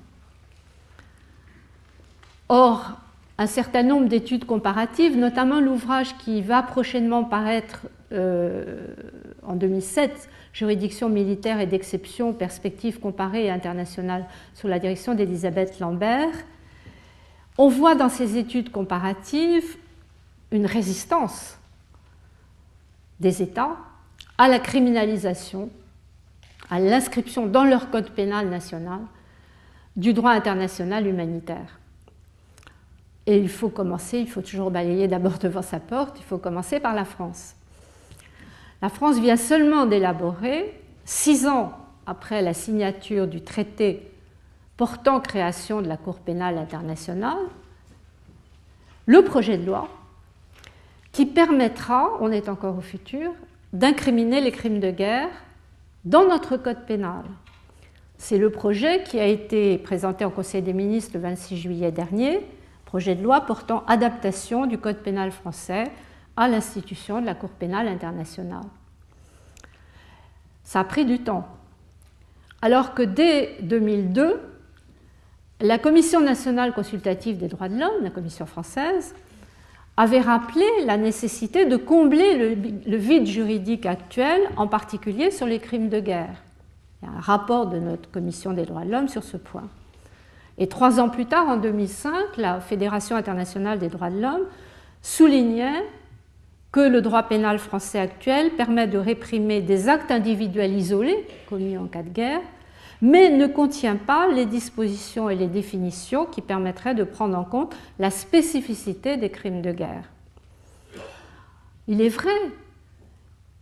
Or, un certain nombre d'études comparatives, notamment l'ouvrage qui va prochainement paraître en 2007, Juridiction militaire et d'exception, perspectives comparées et internationales sous la direction d'Elisabeth Lambert, on voit dans ces études comparatives une résistance des États à la criminalisation, à l'inscription dans leur code pénal national du droit international humanitaire. Et il faut toujours balayer d'abord devant sa porte, il faut commencer par la France. La France vient seulement d'élaborer, 6 ans après la signature du traité portant création de la Cour pénale internationale, le projet de loi qui permettra, on est encore au futur, d'incriminer les crimes de guerre dans notre code pénal. C'est le projet qui a été présenté au Conseil des ministres le 26 juillet dernier, projet de loi portant adaptation du code pénal français à l'institution de la Cour pénale internationale. Ça a pris du temps. Alors que dès 2002, la Commission nationale consultative des droits de l'homme, la Commission française, avait rappelé la nécessité de combler le vide juridique actuel, en particulier sur les crimes de guerre. Il y a un rapport de notre Commission des droits de l'homme sur ce point. Et 3 ans plus tard, en 2005, la Fédération internationale des droits de l'homme soulignait que le droit pénal français actuel permet de réprimer des actes individuels isolés commis en cas de guerre, mais ne contient pas les dispositions et les définitions qui permettraient de prendre en compte la spécificité des crimes de guerre. Il est vrai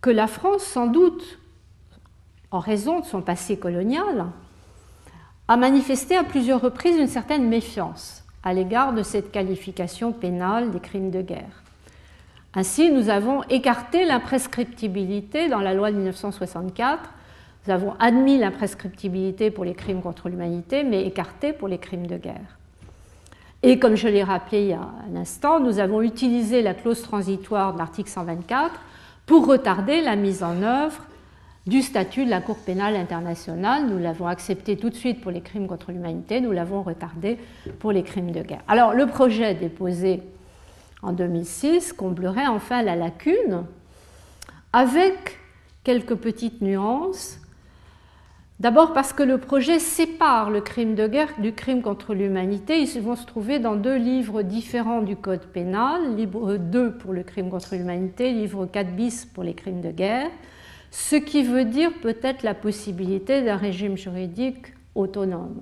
que la France, sans doute, en raison de son passé colonial, a manifesté à plusieurs reprises une certaine méfiance à l'égard de cette qualification pénale des crimes de guerre. Ainsi, nous avons écarté l'imprescriptibilité dans la loi de 1964. Nous avons admis l'imprescriptibilité pour les crimes contre l'humanité, mais écarté pour les crimes de guerre. Et comme je l'ai rappelé il y a un instant, nous avons utilisé la clause transitoire de l'article 124 pour retarder la mise en œuvre du statut de la Cour pénale internationale. Nous l'avons accepté tout de suite pour les crimes contre l'humanité, nous l'avons retardé pour les crimes de guerre. Alors, le projet déposé en 2006 comblerait enfin la lacune avec quelques petites nuances. D'abord parce que le projet sépare le crime de guerre du crime contre l'humanité. Ils vont se trouver dans deux livres différents du Code pénal, livre 2 pour le crime contre l'humanité, livre 4 bis pour les crimes de guerre, ce qui veut dire peut-être la possibilité d'un régime juridique autonome.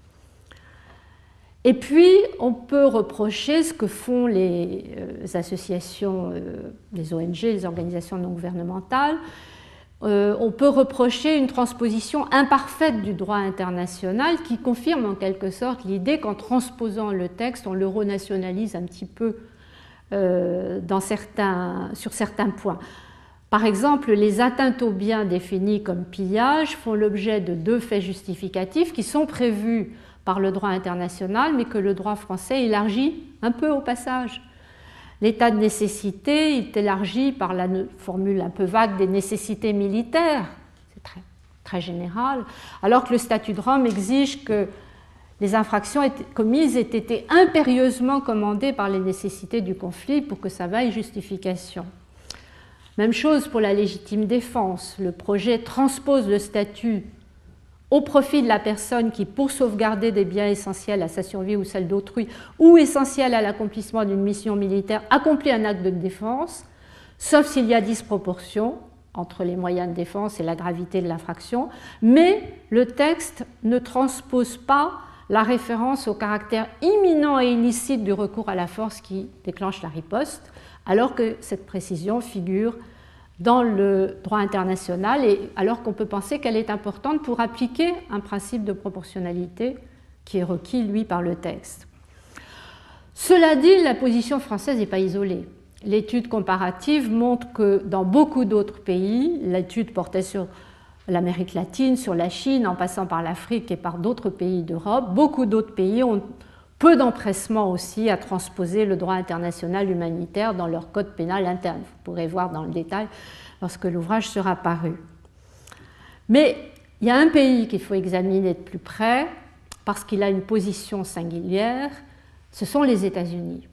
Et puis, on peut reprocher ce que font les associations, les ONG, les organisations non gouvernementales. On peut reprocher une transposition imparfaite du droit international qui confirme en quelque sorte l'idée qu'en transposant le texte, on le renationalise un petit peu sur certains points. Par exemple, les atteintes aux biens définis comme pillage font l'objet de deux faits justificatifs qui sont prévus par le droit international, mais que le droit français élargit un peu au passage. L'état de nécessité est élargi par la formule un peu vague des nécessités militaires, c'est très, très général, alors que le statut de Rome exige que les infractions commises aient été impérieusement commandées par les nécessités du conflit pour que ça vaille justification. Même chose pour la légitime défense. Le projet transpose le statut au profit de la personne qui, pour sauvegarder des biens essentiels à sa survie ou celle d'autrui, ou essentiels à l'accomplissement d'une mission militaire, accomplit un acte de défense, sauf s'il y a disproportion entre les moyens de défense et la gravité de l'infraction, mais le texte ne transpose pas la référence au caractère imminent et illicite du recours à la force qui déclenche la riposte, alors que cette précision figure dans le droit international et alors qu'on peut penser qu'elle est importante pour appliquer un principe de proportionnalité qui est requis, lui, par le texte. Cela dit, la position française n'est pas isolée. L'étude comparative montre que dans beaucoup d'autres pays, l'étude portait sur l'Amérique latine, sur la Chine, en passant par l'Afrique et par d'autres pays d'Europe, beaucoup d'autres pays ont peu d'empressement aussi à transposer le droit international humanitaire dans leur code pénal interne. Vous pourrez voir dans le détail lorsque l'ouvrage sera paru. Mais il y a un pays qu'il faut examiner de plus près parce qu'il a une position singulière, ce sont les États-Unis.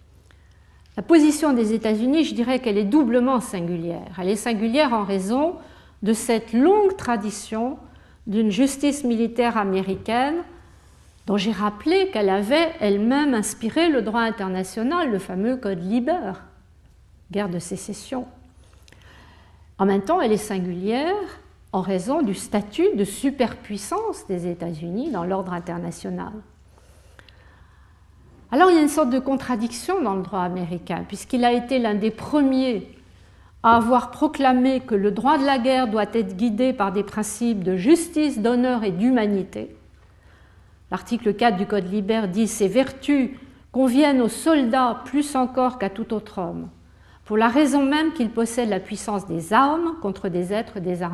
La position des États-Unis, je dirais qu'elle est doublement singulière. Elle est singulière en raison de cette longue tradition d'une justice militaire américaine dont j'ai rappelé qu'elle avait elle-même inspiré le droit international, le fameux Code Liber, guerre de sécession. En même temps, elle est singulière en raison du statut de superpuissance des États-Unis dans l'ordre international. Alors, il y a une sorte de contradiction dans le droit américain, puisqu'il a été l'un des premiers à avoir proclamé que le droit de la guerre doit être guidé par des principes de justice, d'honneur et d'humanité. L'article 4 du Code Liber dit « Ces vertus conviennent aux soldats plus encore qu'à tout autre homme, pour la raison même qu'ils possèdent la puissance des armes contre des êtres désarmés. »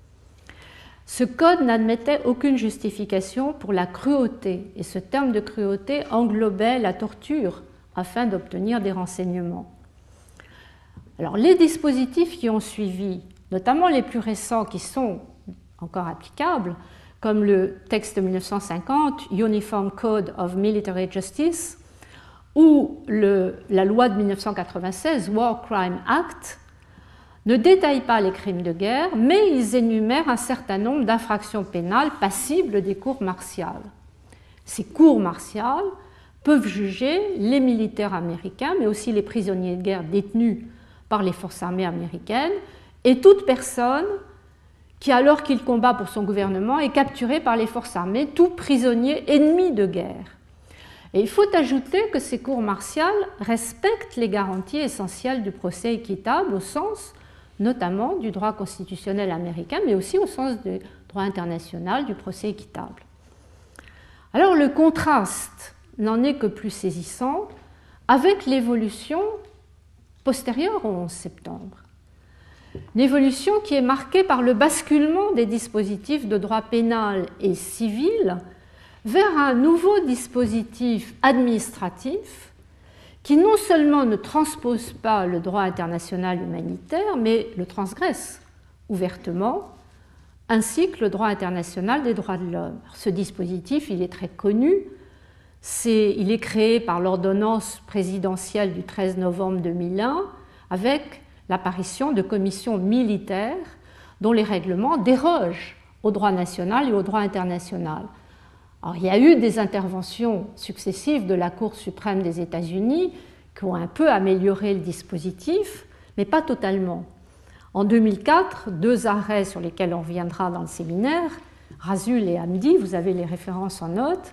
Ce code n'admettait aucune justification pour la cruauté, et ce terme de cruauté englobait la torture afin d'obtenir des renseignements. Alors, les dispositifs qui ont suivi, notamment les plus récents qui sont encore applicables, comme le texte de 1950, Uniform Code of Military Justice, ou la loi de 1996, War Crime Act, ne détaillent pas les crimes de guerre, mais ils énumèrent un certain nombre d'infractions pénales passibles des cours martiales. Ces cours martiales peuvent juger les militaires américains, mais aussi les prisonniers de guerre détenus par les forces armées américaines, et toute personne qui, alors qu'il combat pour son gouvernement, est capturé par les forces armées, tout prisonnier ennemi de guerre. Et il faut ajouter que ces cours martiales respectent les garanties essentielles du procès équitable au sens notamment du droit constitutionnel américain, mais aussi au sens du droit international, du procès équitable. Alors le contraste n'en est que plus saisissant avec l'évolution postérieure au 11 septembre. Une évolution qui est marquée par le basculement des dispositifs de droit pénal et civil vers un nouveau dispositif administratif qui non seulement ne transpose pas le droit international humanitaire, mais le transgresse ouvertement, ainsi que le droit international des droits de l'homme. Ce dispositif, il est très connu. Il est créé par l'ordonnance présidentielle du 13 novembre 2001 avec l'apparition de commissions militaires dont les règlements dérogent au droit national et au droit international. Alors, il y a eu des interventions successives de la Cour suprême des États-Unis qui ont un peu amélioré le dispositif, mais pas totalement. En 2004, 2 arrêts sur lesquels on reviendra dans le séminaire, Rasul et Hamdi, vous avez les références en note,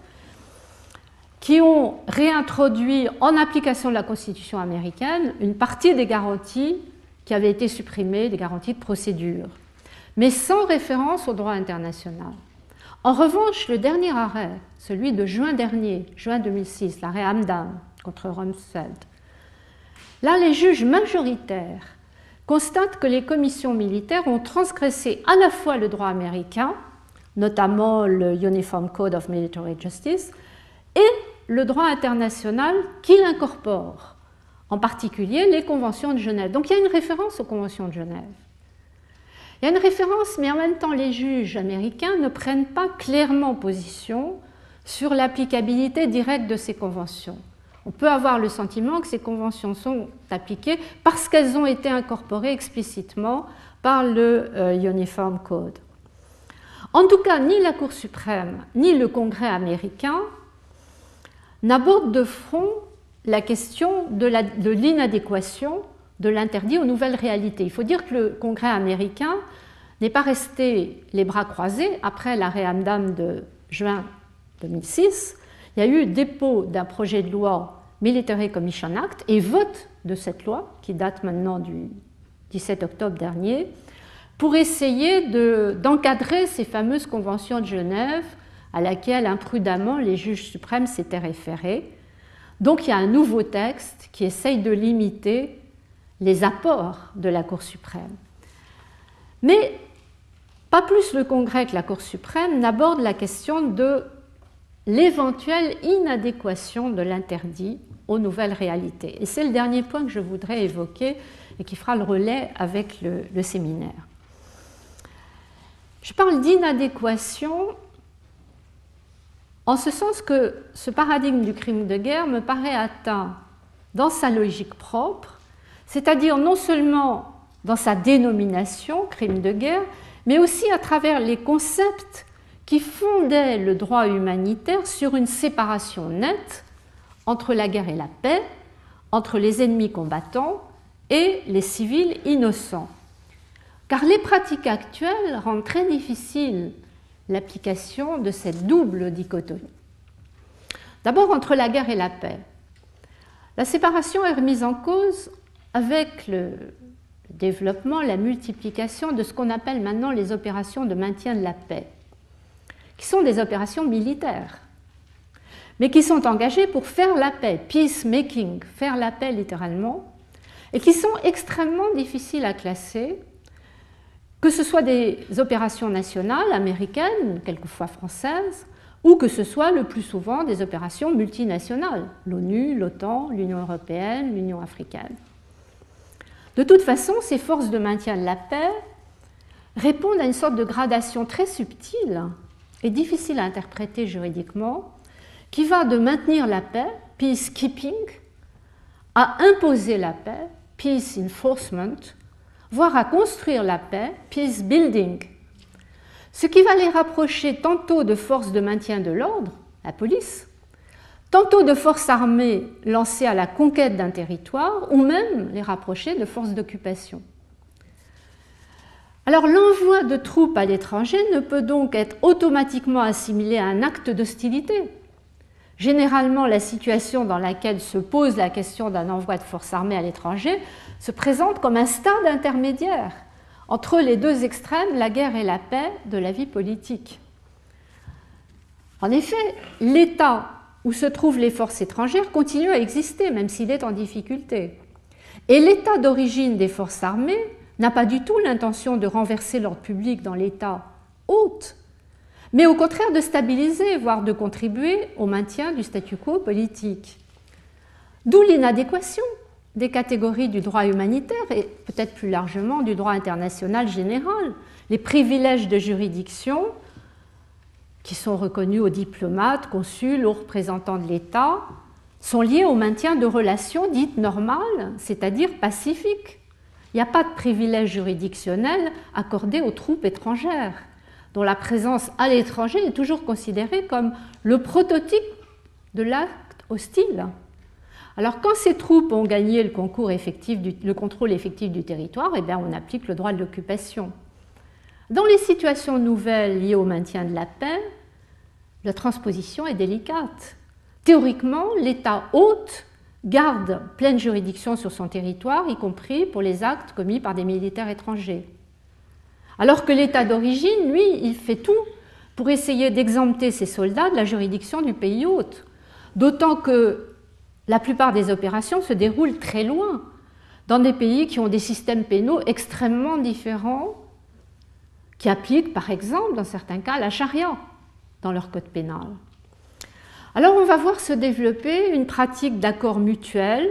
qui ont réintroduit, en application de la Constitution américaine, une partie des garanties qui avaient été supprimées, des garanties de procédure, mais sans référence au droit international. En revanche, le dernier arrêt, celui de juin dernier, juin 2006, l'arrêt Hamdan contre Rumsfeld, là, les juges majoritaires constatent que les commissions militaires ont transgressé à la fois le droit américain, notamment le Uniform Code of Military Justice, et le droit international qui l'incorpore, en particulier les conventions de Genève. Donc il y a une référence aux conventions de Genève. Il y a une référence, mais en même temps, les juges américains ne prennent pas clairement position sur l'applicabilité directe de ces conventions. On peut avoir le sentiment que ces conventions sont appliquées parce qu'elles ont été incorporées explicitement par le Uniform Code. En tout cas, ni la Cour suprême ni le Congrès américain n'abordent de front la question de l'inadéquation de l'interdit aux nouvelles réalités. Il faut dire que le Congrès américain n'est pas resté les bras croisés après l'arrêt Hamdan de juin 2006. Il y a eu dépôt d'un projet de loi Military Commission Act et vote de cette loi, qui date maintenant du 17 octobre dernier, pour essayer d'encadrer ces fameuses conventions de Genève à laquelle imprudemment les juges suprêmes s'étaient référés. Donc il y a un nouveau texte qui essaye de limiter les apports de la Cour suprême. Mais pas plus le Congrès que la Cour suprême n'aborde la question de l'éventuelle inadéquation de l'interdit aux nouvelles réalités. Et c'est le dernier point que je voudrais évoquer et qui fera le relais avec le séminaire. Je parle d'inadéquation en ce sens que ce paradigme du crime de guerre me paraît atteint dans sa logique propre, c'est-à-dire non seulement dans sa dénomination, crime de guerre, mais aussi à travers les concepts qui fondaient le droit humanitaire sur une séparation nette entre la guerre et la paix, entre les ennemis combattants et les civils innocents. Car les pratiques actuelles rendent très difficile l'application de cette double dichotomie. D'abord, entre la guerre et la paix. La séparation est remise en cause avec le développement, la multiplication de ce qu'on appelle maintenant les opérations de maintien de la paix, qui sont des opérations militaires, mais qui sont engagées pour faire la paix, peacemaking, faire la paix littéralement, et qui sont extrêmement difficiles à classer, que ce soit des opérations nationales américaines, quelquefois françaises, ou que ce soit le plus souvent des opérations multinationales, l'ONU, l'OTAN, l'Union européenne, l'Union africaine. De toute façon, ces forces de maintien de la paix répondent à une sorte de gradation très subtile et difficile à interpréter juridiquement, qui va de maintenir la paix, peacekeeping, à imposer la paix, peace enforcement, voire à construire la paix, peace building, ce qui va les rapprocher tantôt de forces de maintien de l'ordre, la police, tantôt de forces armées lancées à la conquête d'un territoire, ou même les rapprocher de forces d'occupation. Alors l'envoi de troupes à l'étranger ne peut donc être automatiquement assimilé à un acte d'hostilité, Généralement, la situation dans laquelle se pose la question d'un envoi de forces armées à l'étranger se présente comme un stade intermédiaire entre les deux extrêmes, la guerre et la paix, de la vie politique. En effet, l'État où se trouvent les forces étrangères continue à exister, même s'il est en difficulté. Et l'État d'origine des forces armées n'a pas du tout l'intention de renverser l'ordre public dans l'État hôte, mais au contraire de stabiliser, voire de contribuer au maintien du statu quo politique. D'où l'inadéquation des catégories du droit humanitaire et peut-être plus largement du droit international général. Les privilèges de juridiction qui sont reconnus aux diplomates, consuls, aux représentants de l'État, sont liés au maintien de relations dites normales, c'est-à-dire pacifiques. Il n'y a pas de privilège juridictionnel accordé aux troupes étrangères, dont la présence à l'étranger est toujours considérée comme le prototype de l'acte hostile. Alors quand ces troupes ont gagné le contrôle effectif du territoire, eh bien, on applique le droit de l'occupation. Dans les situations nouvelles liées au maintien de la paix, la transposition est délicate. Théoriquement, l'État hôte garde pleine juridiction sur son territoire, y compris pour les actes commis par des militaires étrangers. Alors que l'État d'origine, lui, il fait tout pour essayer d'exempter ses soldats de la juridiction du pays hôte. D'autant que la plupart des opérations se déroulent très loin, dans des pays qui ont des systèmes pénaux extrêmement différents, qui appliquent par exemple, dans certains cas, la charia dans leur code pénal. Alors on va voir se développer une pratique d'accords mutuels,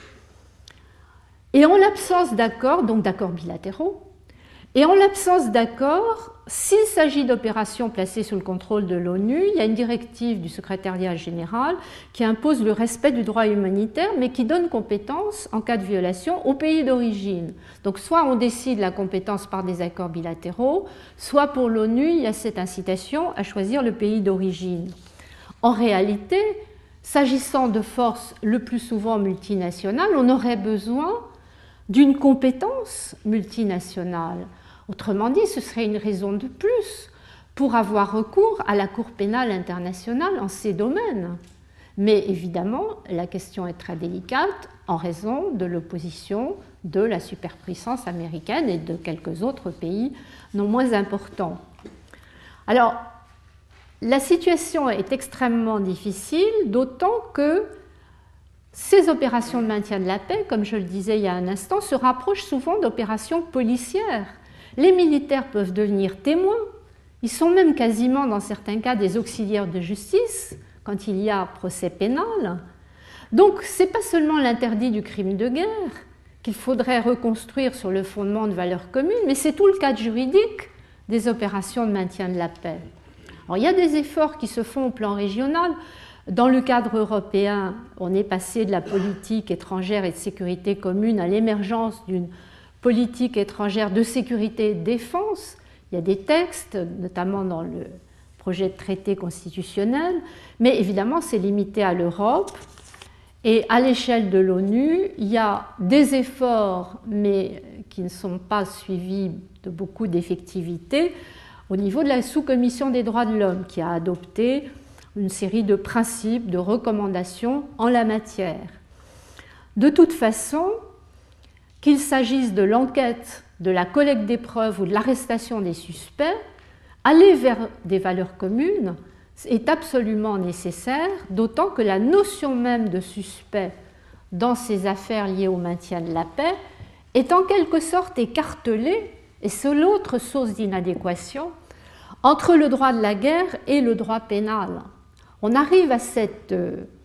et en l'absence d'accords, donc d'accords bilatéraux, et en l'absence d'accords, s'il s'agit d'opérations placées sous le contrôle de l'ONU, il y a une directive du secrétariat général qui impose le respect du droit humanitaire, mais qui donne compétence en cas de violation au pays d'origine. Donc soit on décide la compétence par des accords bilatéraux, soit pour l'ONU, il y a cette incitation à choisir le pays d'origine. En réalité, s'agissant de forces le plus souvent multinationales, on aurait besoin d'une compétence multinationale. Autrement dit, ce serait une raison de plus pour avoir recours à la Cour pénale internationale en ces domaines. Mais évidemment, la question est très délicate en raison de l'opposition de la superpuissance américaine et de quelques autres pays non moins importants. Alors, la situation est extrêmement difficile, d'autant que ces opérations de maintien de la paix, comme je le disais il y a un instant, se rapprochent souvent d'opérations policières. Les militaires peuvent devenir témoins, ils sont même quasiment dans certains cas des auxiliaires de justice quand il y a procès pénal. Donc ce n'est pas seulement l'interdit du crime de guerre qu'il faudrait reconstruire sur le fondement de valeurs communes, mais c'est tout le cadre juridique des opérations de maintien de la paix. Alors, il y a des efforts qui se font au plan régional. Dans le cadre européen, on est passé de la politique étrangère et de sécurité commune à l'émergence d'une politique étrangère de sécurité et de défense. Il y a des textes, notamment dans le projet de traité constitutionnel, mais évidemment, c'est limité à l'Europe. Et à l'échelle de l'ONU, il y a des efforts, mais qui ne sont pas suivis de beaucoup d'effectivité, au niveau de la sous-commission des droits de l'homme, qui a adopté une série de principes, de recommandations en la matière. De toute façon, qu'il s'agisse de l'enquête, de la collecte des preuves ou de l'arrestation des suspects, aller vers des valeurs communes est absolument nécessaire, d'autant que la notion même de suspect dans ces affaires liées au maintien de la paix est en quelque sorte écartelée, et c'est l'autre source d'inadéquation, entre le droit de la guerre et le droit pénal. On arrive à cette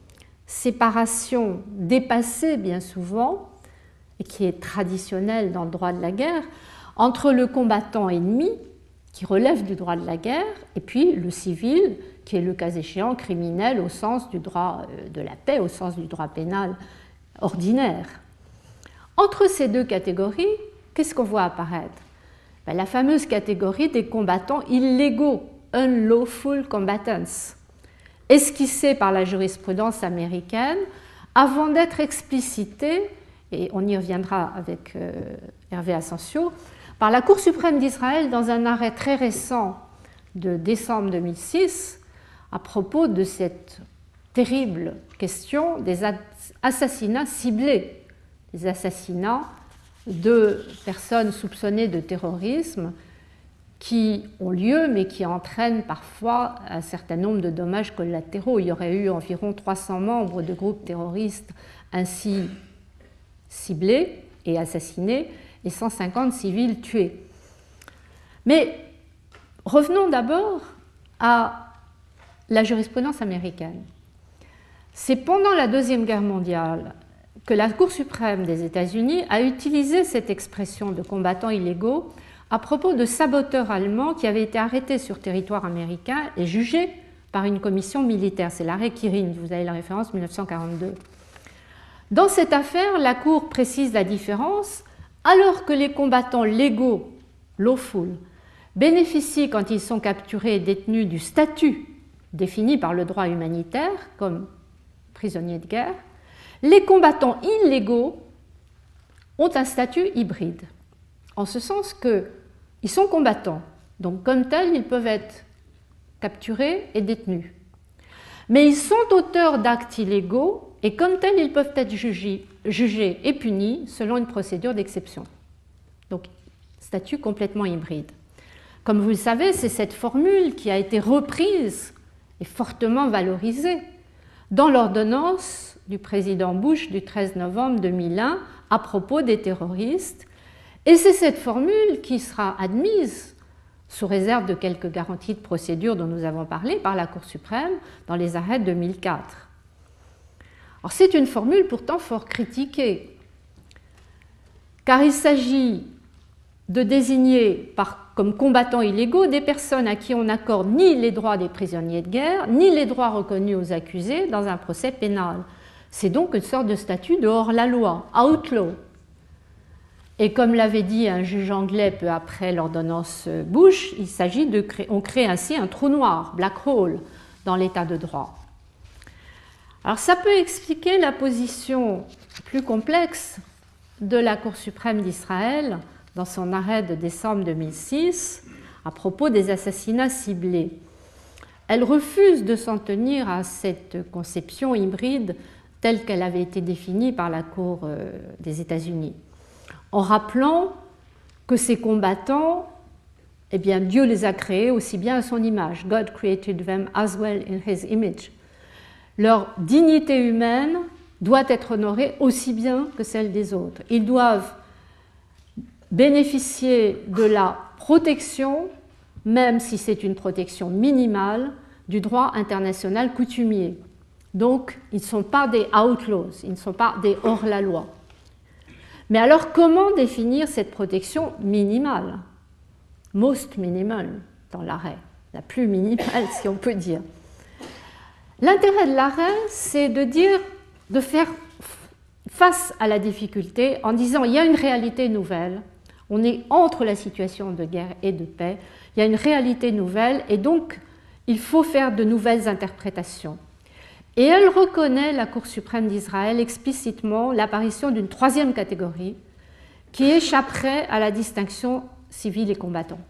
séparation dépassée bien souvent, et qui est traditionnelle dans le droit de la guerre, entre le combattant ennemi, qui relève du droit de la guerre, et puis le civil, qui est le cas échéant criminel au sens du droit de la paix, au sens du droit pénal ordinaire. Entre ces deux catégories, qu'est-ce qu'on voit apparaître? La fameuse catégorie des combattants illégaux, unlawful combatants, esquissée par la jurisprudence américaine avant d'être explicitée, et on y reviendra avec Hervé Asensio, par la Cour suprême d'Israël dans un arrêt très récent de décembre 2006 à propos de cette terrible question des assassinats ciblés, des assassinats de personnes soupçonnées de terrorisme qui ont lieu mais qui entraînent parfois un certain nombre de dommages collatéraux. Il y aurait eu environ 300 membres de groupes terroristes ainsi ciblés et assassinés et 150 civils tués. Mais revenons d'abord à la jurisprudence américaine. C'est pendant la Deuxième Guerre mondiale que la Cour suprême des États-Unis a utilisé cette expression de combattants illégaux à propos de saboteurs allemands qui avaient été arrêtés sur territoire américain et jugés par une commission militaire. C'est l'arrêt Kirin, vous avez la référence 1942. Dans cette affaire, la Cour précise la différence. Alors que les combattants légaux, lawful, bénéficient quand ils sont capturés et détenus du statut défini par le droit humanitaire comme prisonniers de guerre, les combattants illégaux ont un statut hybride, en ce sens qu'ils sont combattants, donc comme tels ils peuvent être capturés et détenus. Mais ils sont auteurs d'actes illégaux et comme tels ils peuvent être jugés et punis selon une procédure d'exception. Donc, statut complètement hybride. Comme vous le savez, c'est cette formule qui a été reprise et fortement valorisée dans l'ordonnance du président Bush du 13 novembre 2001 à propos des terroristes. Et c'est cette formule qui sera admise, sous réserve de quelques garanties de procédure dont nous avons parlé, par la Cour suprême dans les arrêts de 2004. Alors, c'est une formule pourtant fort critiquée, car il s'agit de désigner comme combattants illégaux des personnes à qui on n'accorde ni les droits des prisonniers de guerre, ni les droits reconnus aux accusés dans un procès pénal. C'est donc une sorte de statut de hors-la-loi, outlaw. Et comme l'avait dit un juge anglais peu après l'ordonnance Bush, il s'agit on crée ainsi un trou noir, black hole, dans l'état de droit. Alors ça peut expliquer la position plus complexe de la Cour suprême d'Israël dans son arrêt de décembre 2006 à propos des assassinats ciblés. Elle refuse de s'en tenir à cette conception hybride telle qu'elle avait été définie par la Cour des États-Unis, en rappelant que ces combattants, eh bien, Dieu les a créés aussi bien à son image. God created them as well in his image. Leur dignité humaine doit être honorée aussi bien que celle des autres. Ils doivent bénéficier de la protection, même si c'est une protection minimale, du droit international coutumier. Donc, ils ne sont pas des outlaws, ils ne sont pas des hors-la-loi. Mais alors, comment définir cette protection minimale? Most minimal dans l'arrêt, la plus minimale si on peut dire. L'intérêt de l'arrêt, c'est de faire face à la difficulté en disant il y a une réalité nouvelle, on est entre la situation de guerre et de paix, il y a une réalité nouvelle et donc il faut faire de nouvelles interprétations. Et elle reconnaît, la Cour suprême d'Israël, explicitement l'apparition d'une troisième catégorie qui échapperait à la distinction civile et combattant.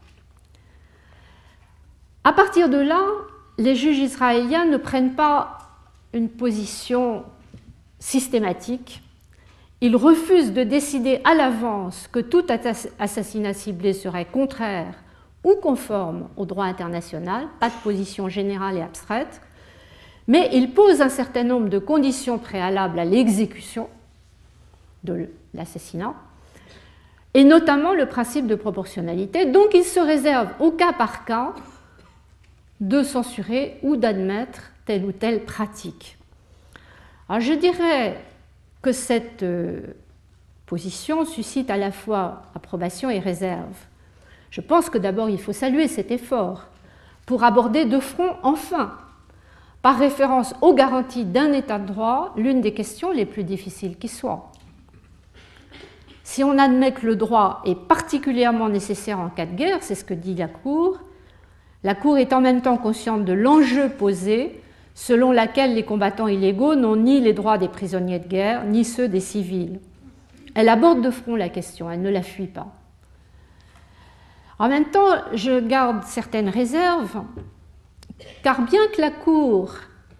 À partir de là, les juges israéliens ne prennent pas une position systématique. Ils refusent de décider à l'avance que tout assassinat ciblé serait contraire ou conforme au droit international, pas de position générale et abstraite, mais ils posent un certain nombre de conditions préalables à l'exécution de l'assassinat, et notamment le principe de proportionnalité. Donc ils se réservent au cas par cas de censurer ou d'admettre telle ou telle pratique. Alors je dirais que cette position suscite à la fois approbation et réserve. Je pense que d'abord il faut saluer cet effort pour aborder de front, enfin, par référence aux garanties d'un état de droit, l'une des questions les plus difficiles qui soit. Si on admet que le droit est particulièrement nécessaire en cas de guerre, c'est ce que dit la Cour est en même temps consciente de l'enjeu posé, selon laquelle les combattants illégaux n'ont ni les droits des prisonniers de guerre, ni ceux des civils. Elle aborde de front la question, elle ne la fuit pas. En même temps, je garde certaines réserves, car bien que la Cour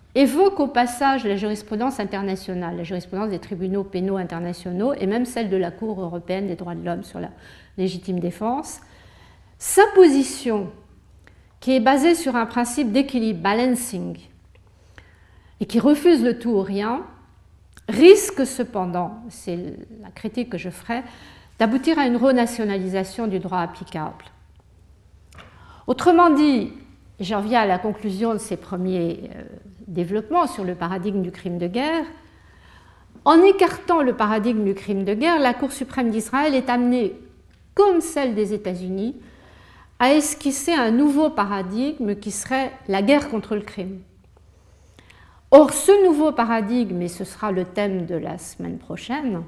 évoque au passage la jurisprudence internationale, la jurisprudence des tribunaux pénaux internationaux et même celle de la Cour européenne des droits de l'homme sur la légitime défense. Sa position, qui est basée sur un principe d'équilibre, balancing, et qui refuse le tout ou rien, risque cependant, c'est la critique que je ferai, d'aboutir à une renationalisation du droit applicable. Autrement dit, je reviens à la conclusion de ces premiers développements sur le paradigme du crime de guerre. En écartant le paradigme du crime de guerre, la Cour suprême d'Israël est amenée, comme celle des États-Unis, à esquisser un nouveau paradigme qui serait la guerre contre le crime. Or, ce nouveau paradigme, et ce sera le thème de la semaine prochaine,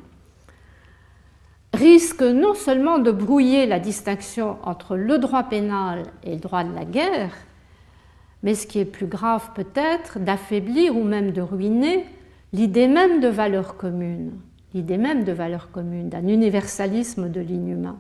risque non seulement de brouiller la distinction entre le droit pénal et le droit de la guerre, mais ce qui est plus grave peut-être, d'affaiblir ou même de ruiner l'idée même de valeur commune, d'un universalisme de l'inhumain.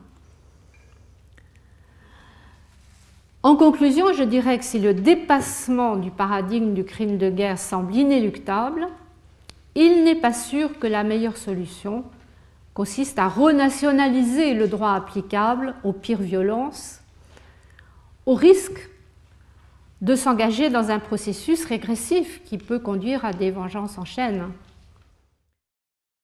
En conclusion, je dirais que si le dépassement du paradigme du crime de guerre semble inéluctable, il n'est pas sûr que la meilleure solution consiste à renationaliser le droit applicable aux pires violences, au risque de s'engager dans un processus régressif qui peut conduire à des vengeances en chaîne.